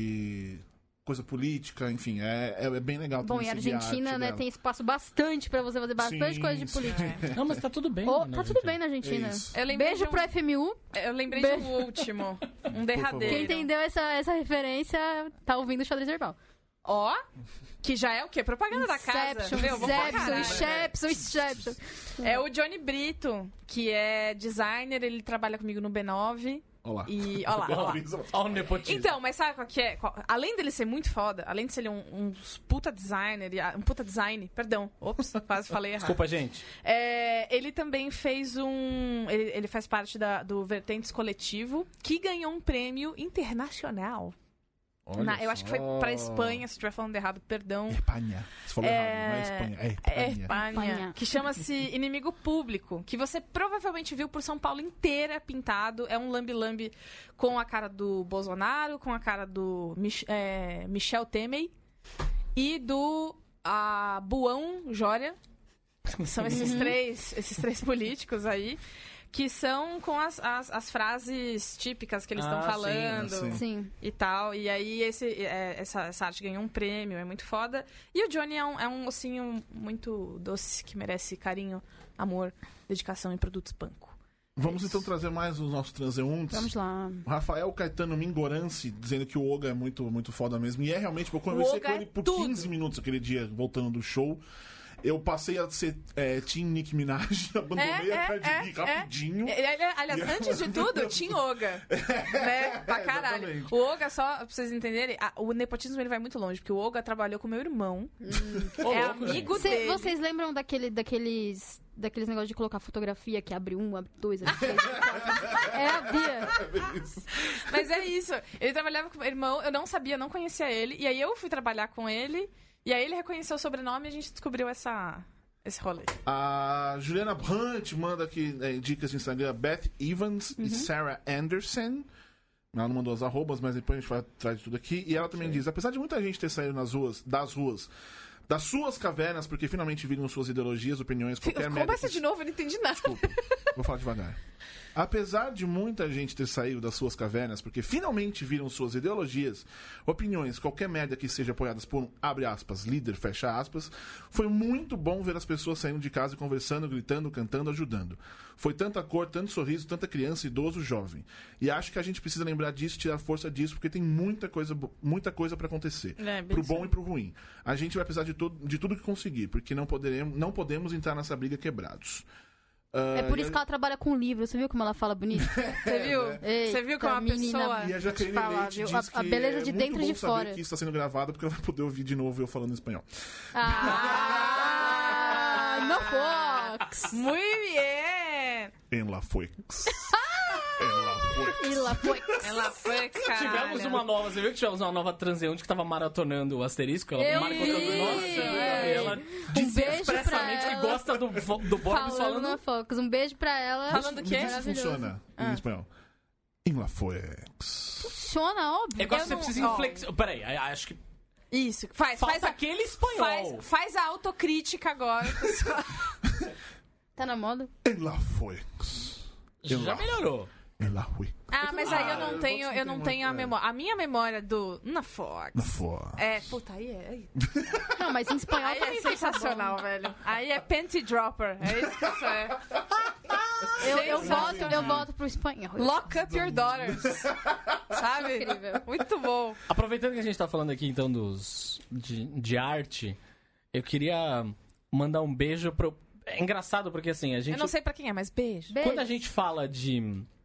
de coisa política, enfim, é, é, é bem legal Bom, também e a seguir Argentina, arte né, dela. tem espaço bastante pra você fazer bastante Sim, coisa de sim. política. Não, mas tá tudo bem. Oh, né, tá gente? tudo bem na Argentina. É isso. Eu lembrei Beijo de um, pro F M U. Eu lembrei Beijo. de um último. Um derradeiro. Quem entendeu essa, essa referência tá ouvindo o Xadrez Verbal. Ó, que já é o quê? Propaganda da casa. Inception, Meu, vou pra Inception, caralho. Inception, Inception. É o Johnny Brito, que é designer, ele trabalha comigo no B nove. Olá. E, ó lá, ó lá. Ó o nepotismo. Então, mas sabe qual que é? Qual- além dele ser muito foda, além de ser ele um, um puta designer, e a- um puta design, perdão, ops, quase falei errado. Desculpa, gente. É, ele também fez um. Ele, ele faz parte da- do Vertentes Coletivo, que ganhou um prêmio internacional. Olha Na- eu acho que foi só. pra Espanha, se estiver falando errado, perdão. Espanha. Você falou É- errado, não é Espanha, é É Espanha. Espanha, Espanha. que chama-se Inimigo Público, que você provavelmente viu por São Paulo inteira pintado. É um lambi-lambi com a cara do Bolsonaro, com a cara do Mich- é, Michel Temer e do a, Buão Jória. São esses três, esses três políticos aí, que são com as, as, as frases típicas que eles estão Ah, sim, falando sim. Sim. e tal. E aí esse, é, essa, essa arte ganhou um prêmio, é muito foda. E o Johnny é um, é um ossinho muito doce, que merece carinho, amor, dedicação e produtos banco. Vamos então trazer mais os nossos transeuntes. Vamos lá. O Rafael Caetano Mingorance dizendo que o Oga é muito, muito foda mesmo. E é realmente, eu conversei Oga com é ele por tudo. quinze minutos aquele dia, voltando do show. Eu passei a ser é, Team Nick Minaj, abandonei É, a é, Cardi B é, rapidinho. E, ali- aliás, E- antes de tudo, tinha Oga. né? Pra caralho. exatamente. O Oga, só pra vocês entenderem, a- o nepotismo ele vai muito longe, porque o Oga trabalhou com meu irmão. Ô, é louco, amigo Cê- dele. vocês lembram daquele, daqueles, daqueles negócios de colocar fotografia que abre um, abre dois, abre três? abre quatro? É a Bia. Mas é isso. Ele trabalhava com meu irmão, eu não sabia, não conhecia ele. E aí eu fui trabalhar com ele. E aí ele reconheceu o sobrenome e a gente descobriu essa, esse rolê. A Juliana Brandt manda aqui é, dicas de Instagram. Beth Evans Uhum. e Sarah Anderson. Ela não mandou as arrobas, mas depois a gente vai atrás de tudo aqui. E ela também diz, apesar de muita gente ter saído nas ruas, das ruas, das suas cavernas, porque finalmente viram suas ideologias, opiniões, qualquer merda... Começa que- de novo, eu não entendi nada. Desculpa, vou falar devagar. Apesar de muita gente ter saído das suas cavernas porque finalmente viram suas ideologias, opiniões, qualquer merda que seja apoiadas por um, abre aspas, líder, fecha aspas, foi muito bom ver as pessoas saindo de casa e conversando, gritando, cantando, ajudando. Foi tanta cor, tanto sorriso, tanta criança, idoso, jovem. E acho que a gente precisa lembrar disso, tirar força disso, porque tem muita coisa, bo- muita coisa para acontecer. É, bem pro isso bom aí. e pro ruim. A gente vai precisar de, todo, de tudo que conseguir, porque não, poderemos, não podemos entrar nessa briga quebrados. É por isso que ela trabalha com livro. Você viu como ela fala bonito? Você viu? Eita, Você viu como a menina. pessoa... E a Jaqueline Te falar, Leite viu? diz A- a que beleza é de muito dentro e bom de saber fora. que isso está sendo gravado, porque ela vai poder ouvir de novo eu falando em espanhol. Ah, no Fox. Muito bem! Em La Fuex. em La Fuex. E lá foi. Ela foi, cara. Tivemos uma nova, você viu que tivemos uma nova transeunte que tava maratonando o asterisco? Ela Eu marcou vi. todo nossa, É. ela Um disse beijo pra expressamente que ela. gosta do, vo- do Borbs Falando falando. na Fox. Um beijo pra ela. Falando o Me quê? diz se Maravilhoso. funciona em espanhol. Em La Fuex. Funciona, óbvio. É que eu acho Eu que você não- precisa ó. inflexionar. Peraí, acho que Isso, faz, falta faz a, aquele espanhol. faz, faz a autocrítica agora, pessoal. Tá na moda? Em La Fuex. Já Em La- melhorou. Em La Fuex. Ah, mas aí eu Ah, não eu tenho, vou eu não muito, tenho a é. memória. A minha memória do na Fox. La Fuex. É, puta, aí é. Aí, Não, mas em espanhol aí também é fica sensacional, bom. velho. Aí é panty dropper. É isso que isso é. Eu, eu, Sensacional. voto, eu voto pro espanhol. Lock up your daughters. Sabe? Incrível. Muito bom. Aproveitando que a gente tá falando aqui, então, dos de, de arte, eu queria mandar um beijo pro... É engraçado porque, assim, a gente... Eu não sei pra quem é, mas beijo. Beijo. Quando a gente fala de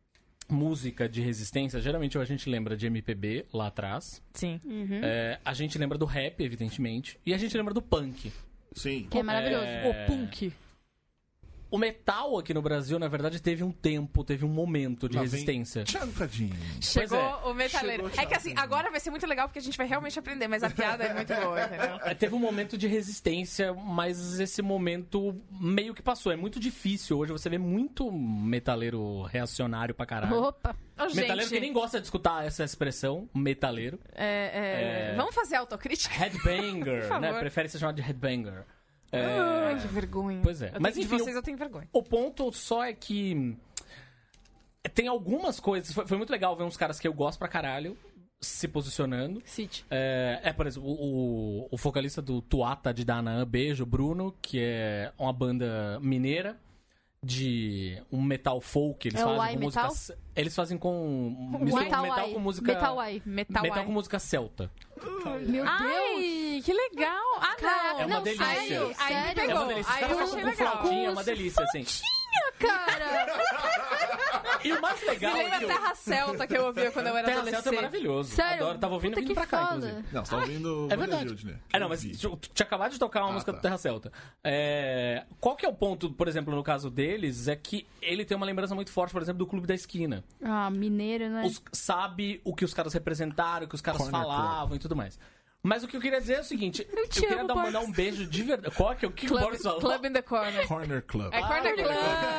música de resistência, geralmente a gente lembra de M P B lá atrás. Sim. É, a gente lembra do rap, evidentemente. E a gente lembra do punk. Sim. Que é maravilhoso. É, O punk. O metal aqui no Brasil, na verdade, teve um tempo, teve um momento de Lá vem resistência. Thiago Cadinho. Chegou é. o metaleiro. Chegou o É que assim, Thiago. agora vai ser muito legal porque a gente vai realmente aprender, mas a piada é muito boa, entendeu? É, teve um momento de resistência, mas esse momento meio que passou. É muito difícil. Hoje você vê muito metaleiro reacionário pra caralho. Opa. Ô, Metaleiro gente, que nem gosta de escutar essa expressão, metaleiro. é, é, É. vamos fazer autocrítica? Headbanger, Por favor. né? Prefere ser chamado de headbanger. É, Ai, que vergonha. Pois é. Eu Mas, tenho- enfim, de vocês eu tenho vergonha. O ponto só é que tem algumas coisas. Foi, foi muito legal ver uns caras que eu gosto pra caralho se posicionando. Cite. É, é, por exemplo, o, o, o vocalista do Tuata de Danaan, beijo, Bruno, que é uma banda mineira de um metal folk. Eles É o fazem Y com metal? música. Eles fazem com. misturam Metal metal Y. com música. Metal Y. Metal, metal Eye. com música celta. Meu Deus. Ai, que legal. Ah, não. É uma não, delícia. sério, Aí me sério. pegou. É uma delícia. Os Aí caras eu tocam achei com legal. flautinha, é uma delícia, assim. Cara, E o mais Me legal é lembra que o Terra Celta que eu ouvia quando eu era Terra Celta é adolescente. maravilhoso. sério. Adoro, tava ouvindo Puta vindo que pra cá, foda. inclusive. Não, você tá ouvindo É verdade. Vanderbilt, né? É, não, mas Vi. tu- tu tinha acabado de tocar uma Ah, música tá. do Terra Celta. É, qual que é o ponto, por exemplo, no caso deles, é que ele tem uma lembrança muito forte, por exemplo, do Clube da Esquina. Ah, mineiro, né? Os- sabe o que os caras representaram, o que os caras Corner falavam e tudo mais. Mas o que eu queria dizer é o seguinte, eu, te queria amo, dar, Boris. mandar um beijo de verdade. Qual que é o que o Club, Boris falou? Club in the Corner. Corner Club. É Corner Club.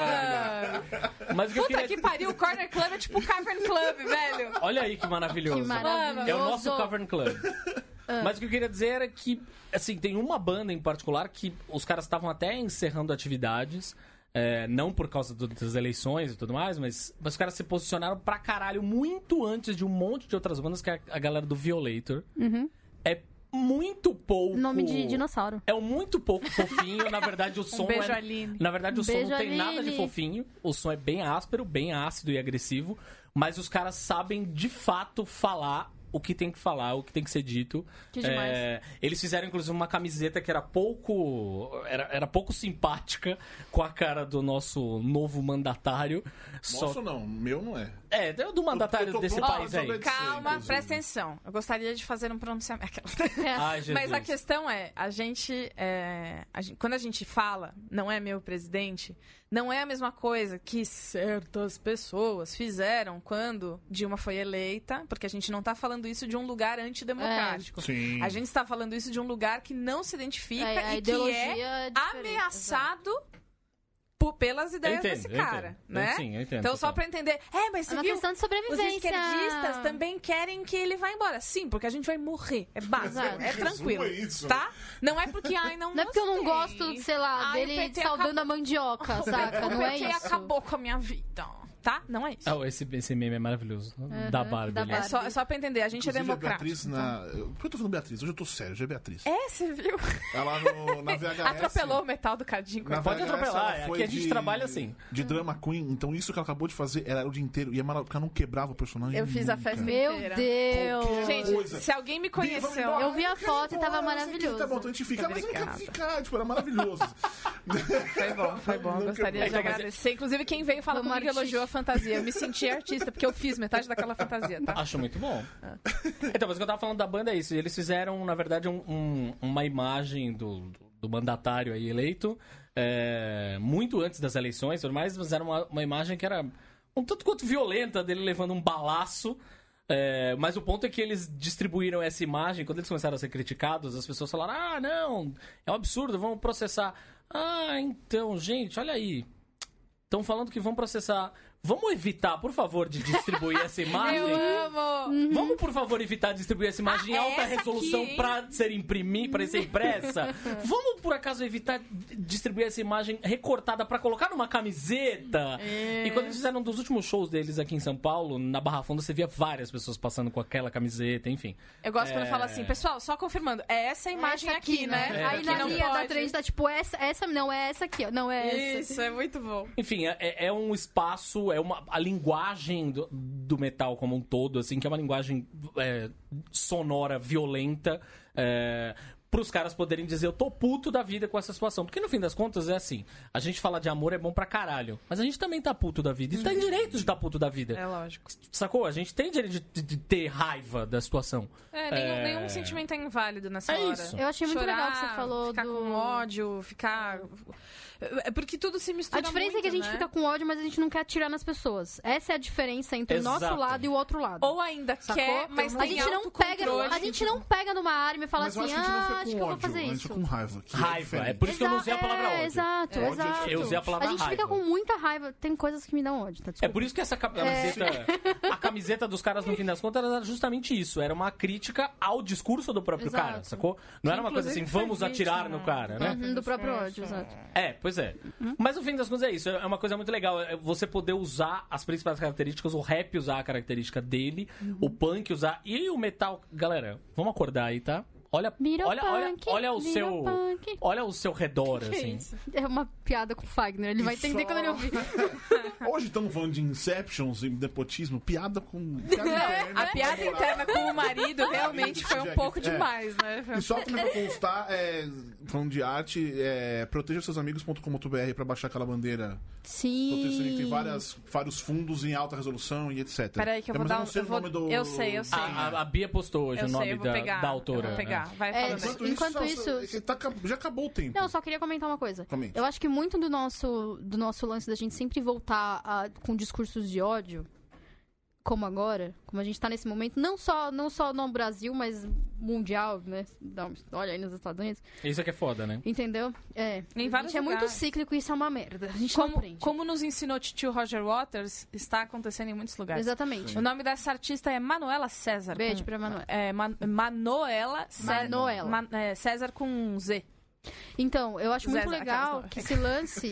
Mas o que eu Puta queria... que pariu, Corner Club é tipo Cavern Club, velho. Olha aí que maravilhoso. Que maravilhoso. É o nosso Cavern Club. Mas o que eu queria dizer era que, assim, tem uma banda em particular que os caras estavam até encerrando atividades, é, não por causa do- das eleições e tudo mais, mas, mas os caras se posicionaram pra caralho muito antes de um monte de outras bandas, que é a galera do Violator. É muito pouco... Nome de dinossauro. É um muito pouco fofinho, na verdade o som Um beijo, é... Aline. Na verdade o som Beijo, não tem nada de Aline. fofinho, o som é bem áspero, bem ácido e agressivo, mas os caras sabem de fato falar o que tem que falar, o que tem que ser dito. Que demais. É, eles fizeram inclusive uma camiseta que era pouco era, era pouco simpática com a cara do nosso novo mandatário. Nossa, Só não. Meu não é. é, do mandatário Eu tô desse pronto país pra aí. saber. Calma, inclusive. presta atenção. Eu gostaria de fazer um pronunciamento. Ai, Jesus. Mas a questão é, a gente, é, a gente- quando a gente fala, não é meu presidente, não é a mesma coisa que certas pessoas fizeram quando Dilma foi eleita, porque a gente não está falando isso de um lugar antidemocrático. Sim. A gente está falando isso de um lugar que não se identifica É, a e que ideologia é é diferente, ameaçado por- pelas Eu ideias entendo, desse eu cara, entendo. né? Eu, sim, eu entendo. Então, só total. pra entender. É, mas É você uma viu? questão de Os sobrevivência. esquerdistas também querem que ele vá embora. Sim, porque a gente vai morrer. É básico. Exato. É tranquilo. Resumo é isso, Tá? Não é porque, ai, não Não é porque eu não gostei. gosto, sei lá, Ai, o dele P T saudando acabou- a mandioca, saca? O Não é P T isso. acabou com a minha vida. Tá? Não é isso. Ah, esse, esse meme é maravilhoso. da Barbie. da ali. É Barbie. só, é só pra entender. A gente Inclusive, é a democrático. Beatriz na... Eu- Por que eu tô falando Beatriz? Hoje eu tô sério, hoje é Beatriz. É, você viu? Ela no, na V H S... Atropelou o metal do Cadinho. Na Pode V H S, atropelar, ela aqui foi a gente de- trabalha assim. De drama queen, então isso que ela acabou de fazer era o dia inteiro. E é maravilhoso, porque ela não quebrava o personagem Eu fiz a nunca. festa Meu inteira. Deus. Qualquer Gente, coisa. se alguém me Vem, vamos conheceu... embora. Eu vi a Eu quero foto e tava embora, não sei o quê. maravilhoso. Tá bom, então a gente fica, mas eu não quero Obrigada. ficar. Tipo, era maravilhoso. Foi bom, foi bom. Nunca- Gostaria de Então, mas- agradecer. Inclusive, quem veio falar Como comigo artista. elogiou a fantasia. Eu me senti artista, porque eu fiz metade daquela fantasia, tá? Acho muito bom. Então, mas o que eu tava falando da banda é isso. Eles fizeram, na verdade, um- um- uma imagem do, do mandatário aí eleito, é, muito antes das eleições, tudo mais, mas era uma, uma imagem que era um tanto quanto violenta, dele levando um balaço. É, mas o ponto é que eles distribuíram essa imagem, quando eles começaram a ser criticados, as pessoas falaram, ah, não, é um absurdo, vamos processar. Ah, então, gente, olha aí. Estão falando que vão processar. Vamos evitar, por favor, de distribuir essa imagem? Eu amo! Vamos, por favor, evitar de distribuir essa imagem em Ah, alta essa resolução aqui, hein? pra ser imprimir, para ser impressa? Vamos, por acaso, evitar de distribuir essa imagem recortada pra colocar numa camiseta? E quando eles fizeram um dos últimos shows deles aqui em São Paulo, na Barra Funda, você via várias pessoas passando com aquela camiseta, enfim. Eu gosto quando É. fala assim, pessoal, só confirmando, é essa imagem Essa aqui, né? É, Aí aqui na não linha da pode. três tá tipo, essa, essa não é essa aqui, ó. Não é essa. Isso, é muito bom. Enfim, é, é um espaço, é uma a linguagem do, do metal como um todo, assim, que é uma linguagem é, sonora, violenta, é, pros caras poderem dizer, eu tô puto da vida com essa situação. Porque no fim das contas é assim, a gente falar de amor é bom pra caralho, mas a gente também tá puto da vida. E tem direito de estar tá puto da vida. É lógico. Sacou? A gente tem direito de, de- de ter raiva da situação. É, nenhum, É. nenhum sentimento é inválido nessa É hora. isso. Eu achei muito Chorar, legal que você falou ficar do... com ódio, ficar... É porque tudo se mistura A diferença muito, é que a gente né? fica com ódio, mas a gente não quer atirar nas pessoas. Essa é a diferença entre Exato. o nosso lado e o outro lado. Ou ainda Sacou? quer, mas a tem gente não pega, autocontrole. a gente não pega numa arma e fala Mas eu assim, acho que a gente não ah, foi acho com que eu vou ódio, fazer a gente isso. foi com raiva. que Raiva. É diferente. por isso que eu não usei a Exa- palavra é, ódio. Exato, Ódio é exato. diferente. Eu usei a A palavra gente raiva. fica com muita raiva. Tem coisas que me dão ódio, tá? É Desculpa. por isso que essa ca- camiseta, a camiseta dos caras, no fim das contas, era justamente isso. Era uma crítica ao discurso do próprio Exato. cara, sacou? Não era uma coisa assim, Inclusive, foi vamos atirar vítima. no cara, né? Uhum, do próprio ódio, exato. É, pois é. Mas no fim das contas é isso. É uma coisa muito legal. É você poder usar as principais características, o rap usar a característica dele, o punk usar. E o metal. Galera, vamos acordar aí, tá? Olha, Vira o olha, olha, punk, olha o vira seu. o punk. Olha o seu redor, Que assim. isso? É uma piada com o Fagner. Ele vai entender Só- quando ele ouvir. Hoje estamos falando de Inceptions e nepotismo, piada com. Piada interna, A piada com- interna com o marido realmente foi um Jack- pouco é. demais, né? E só também pra constar, é, falando de arte, é, proteja seus amigos ponto com ponto b r pra baixar aquela bandeira. Proteção, Sim. tem várias, vários fundos em alta resolução e etcétera. Peraí que eu vou Mas dar não um... sei Eu, o vou... nome do... eu sei, eu sei. A, a- a Bia postou hoje eu o sei, nome eu vou da, pegar. da autora. Eu vou né? pegar. Vai É, falando aí. Enquanto, Enquanto isso, isso- só- tá acab- já acabou o tempo. Não, só queria comentar uma coisa. Comente. Eu acho que muito do nosso, do nosso lance da gente sempre voltar a- com discursos de ódio, como agora, como a gente tá nesse momento, não só, não só no Brasil, mas mundial, né? Dá uma- Olha aí nos Estados Unidos. Isso aqui é foda, né? Entendeu? É. Em a vários gente é muito lugares. cíclico e isso é uma merda. A gente não Como, aprende. como nos ensinou tio Roger Waters, está acontecendo em muitos lugares. Exatamente. O nome dessa artista é Manuela César. Beijo com- pra Manuela. É, Man- Manoela César. Manoela. Man- é, César com um Z. Então, eu acho muito Zezé, legal aquelas- que esse lance.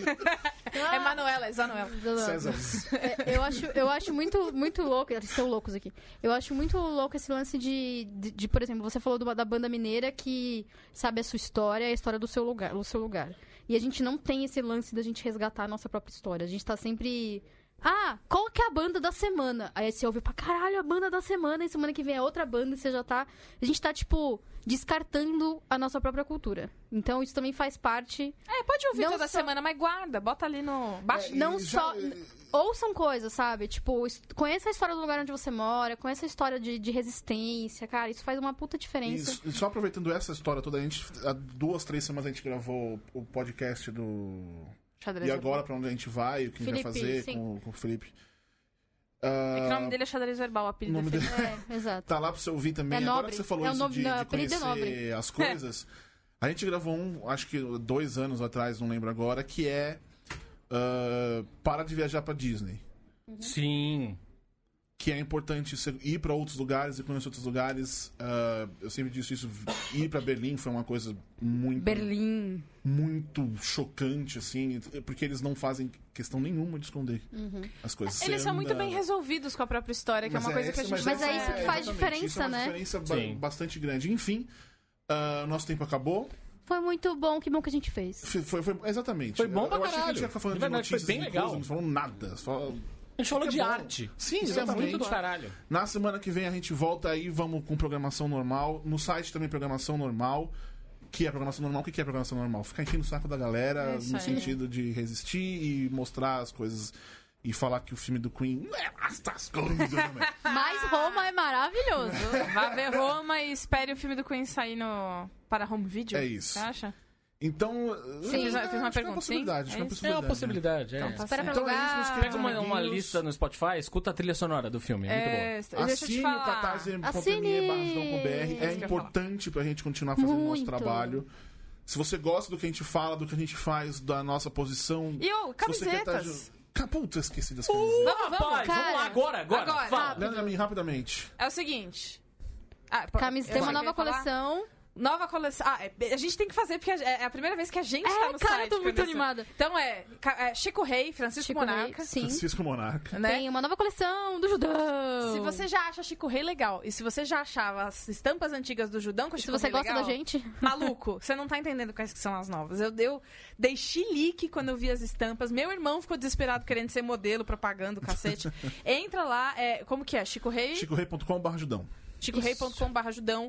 É Manuela, é Zanuela. César. É, eu acho, eu acho muito, muito louco. Eles estão loucos aqui. Eu acho muito louco esse lance de, de, de, por exemplo, você falou do- da banda mineira que sabe a sua história, a história do seu lugar, do seu lugar. E a gente não tem esse lance da gente resgatar a nossa própria história. A gente tá sempre. Ah, qual que é a banda da semana? Aí você ouve pra caralho a banda da semana, e semana que vem é outra banda, e você já tá. A gente tá, tipo, descartando a nossa própria cultura. Então isso também faz parte. É, pode ouvir Não toda só- semana, mas guarda, bota ali no. Baixa. É, Não E já- só. Ouçam coisas, sabe? Tipo, es- conheça a história do lugar onde você mora, conheça a história de, de resistência, cara. Isso faz uma puta diferença. E, e só aproveitando essa história toda, a gente, há duas, três semanas a gente gravou o podcast do. Xadrez E agora pra onde a gente vai, o que a gente vai Felipe, fazer sim. com, com o Felipe. É que o Ah, nome dele é xadrez verbal, o o apelido nome é dele Felipe. É, exato. tá lá pra você ouvir também. É Agora nobre. que você falou É o isso nome- de, não, de apelido é conhecer nobre. as coisas. A gente gravou um, acho que dois anos atrás, não lembro agora, que é ah, Para de Viajar pra Disney. Sim. Que é importante você ir pra outros lugares e conhecer outros lugares. Ah, eu sempre disse isso, ir pra Berlim foi uma coisa muito, Berlim. muito chocante, assim, porque eles não fazem questão nenhuma de esconder as coisas. Eles Você são muito anda- bem resolvidos com a própria história, que é Mas uma coisa esse- que a gente... Mas é isso que faz exatamente, diferença, isso é uma né? diferença ba- Sim. bastante grande. Enfim, ah, nosso tempo acabou. Foi muito bom, que bom que a gente fez. Foi, foi- foi- exatamente. Foi bom pra Eu achei que a gente caralho. ia falando De de, verdade, foi notícias bem e legal. coisas, não falou nada. Só... A gente falou É de bom. arte. Sim, Isso é exatamente. muito do caralho. Na semana que vem a gente volta aí, vamos com programação normal. No site também programação normal. Que é programação normal? O que é programação normal? Ficar enchendo o saco da galera É isso no aí. sentido de resistir e mostrar as coisas e falar que o filme do Queen não é essas coisas, né? Mas Roma é maravilhoso. Vá ver Roma e espere o filme do Queen sair no... para home video. É isso. Você acha? Então, Sim, eu- já fiz uma acho que é pergunta, uma possibilidade. sim? Acho que é uma É isso? É uma possibilidade. possibilidade, é. Então, tá Espera pra Então é isso, meus alugar. queridos Pega uma, uma amiguinhos. lista no Spotify, escuta a trilha sonora do filme. É muito boa. É, deixa eu te Assine o falar. catarse ponto me Assine! barra Judão ponto b r. Isso É que eu ia importante pra gente continuar fazendo o nosso Muito. trabalho. Se você gosta do que a gente fala, do que a gente faz, da nossa posição. E, ô, se você quer tá camisetas. ju- Ca- Puta, esqueci das camisetas. Vamos, vamos. Rapaz, vamos Cara, lá agora, agora. agora. Fala. Leandro, a mim, rapidamente. É o seguinte... Ah, pô, Camis, eu tem uma sei nova que eu ia falar. coleção. Nova coleção. Ah, é- a gente tem que fazer porque é é a primeira vez que a gente tá É, no cara, site. eu tô muito Camis. animada. Então é, ca- é Chico Rei, Francisco Chico Monarca. Rei, sim. Francisco Monarca. Né? Tem uma nova coleção do Judão. Se você já acha Chico Rei legal e se você já achava as estampas antigas do Judão com Se Chico você Rei gosta legal, da gente. maluco, você não tá entendendo quais que são as novas. Eu, eu dei chilique quando eu vi as estampas. Meu irmão ficou desesperado querendo ser modelo, propaganda, o cacete. Entra lá, é, como que é? Chico Rei? chico rei ponto com barra Judão. chico rei ponto com barra Judão.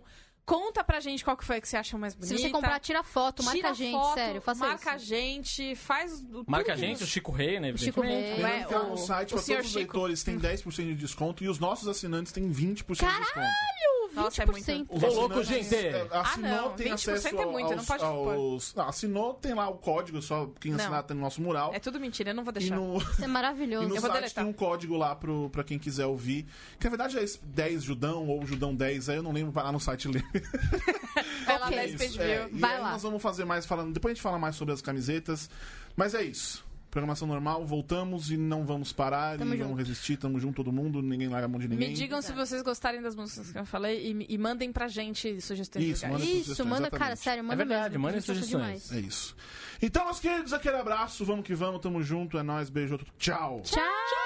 Conta pra gente qual que foi que você achou mais bonita. Se você comprar, tira foto, marca Tira a gente, foto, sério, faça marca a isso. gente, faz... o- Marca a tudo gente, isso. o Chico Rei, né? O Chico evidentemente. Rei. Lembrando É, que lá o- no site, o para senhor todos os Chico. leitores, tem dez por cento de desconto e os nossos assinantes têm vinte por cento de desconto. Nossa, é vinte por cento. muito. Os Ô, louco, assinantes, gente! é, Assinou, Ah, não, tem vinte por cento acesso é muito, aos, não pode pôr. aos, não, assinou, tem lá o código, só quem Não. assinar tem no nosso mural. É tudo mentira, eu não vou E deixar. no, Isso é e maravilhoso. no Eu vou site deletar. tem um código lá pro, pra quem quiser ouvir. Que na verdade é esse dez Judão ou Judão dez, aí eu não lembro, vai lá no site ler. Vai lá Ok. na Isso, Space é, View. e Vai aí lá. nós vamos fazer mais falando. Depois a gente fala mais sobre as camisetas. Mas é isso. Programação normal, voltamos e não vamos parar Tamo e junto. vamos resistir, tamo junto todo mundo, ninguém larga a mão de ninguém. Me digam se vocês gostarem das músicas que eu falei e, e mandem pra gente sugestões Isso, legais. manda Isso, sugestões, manda, exatamente. cara, sério, manda É verdade, mesmo. mandem A gente acha sugestões. demais. É isso. Então, meus queridos, aquele abraço, vamos que vamos, tamo junto, é nóis, beijo, tchau. Tchau!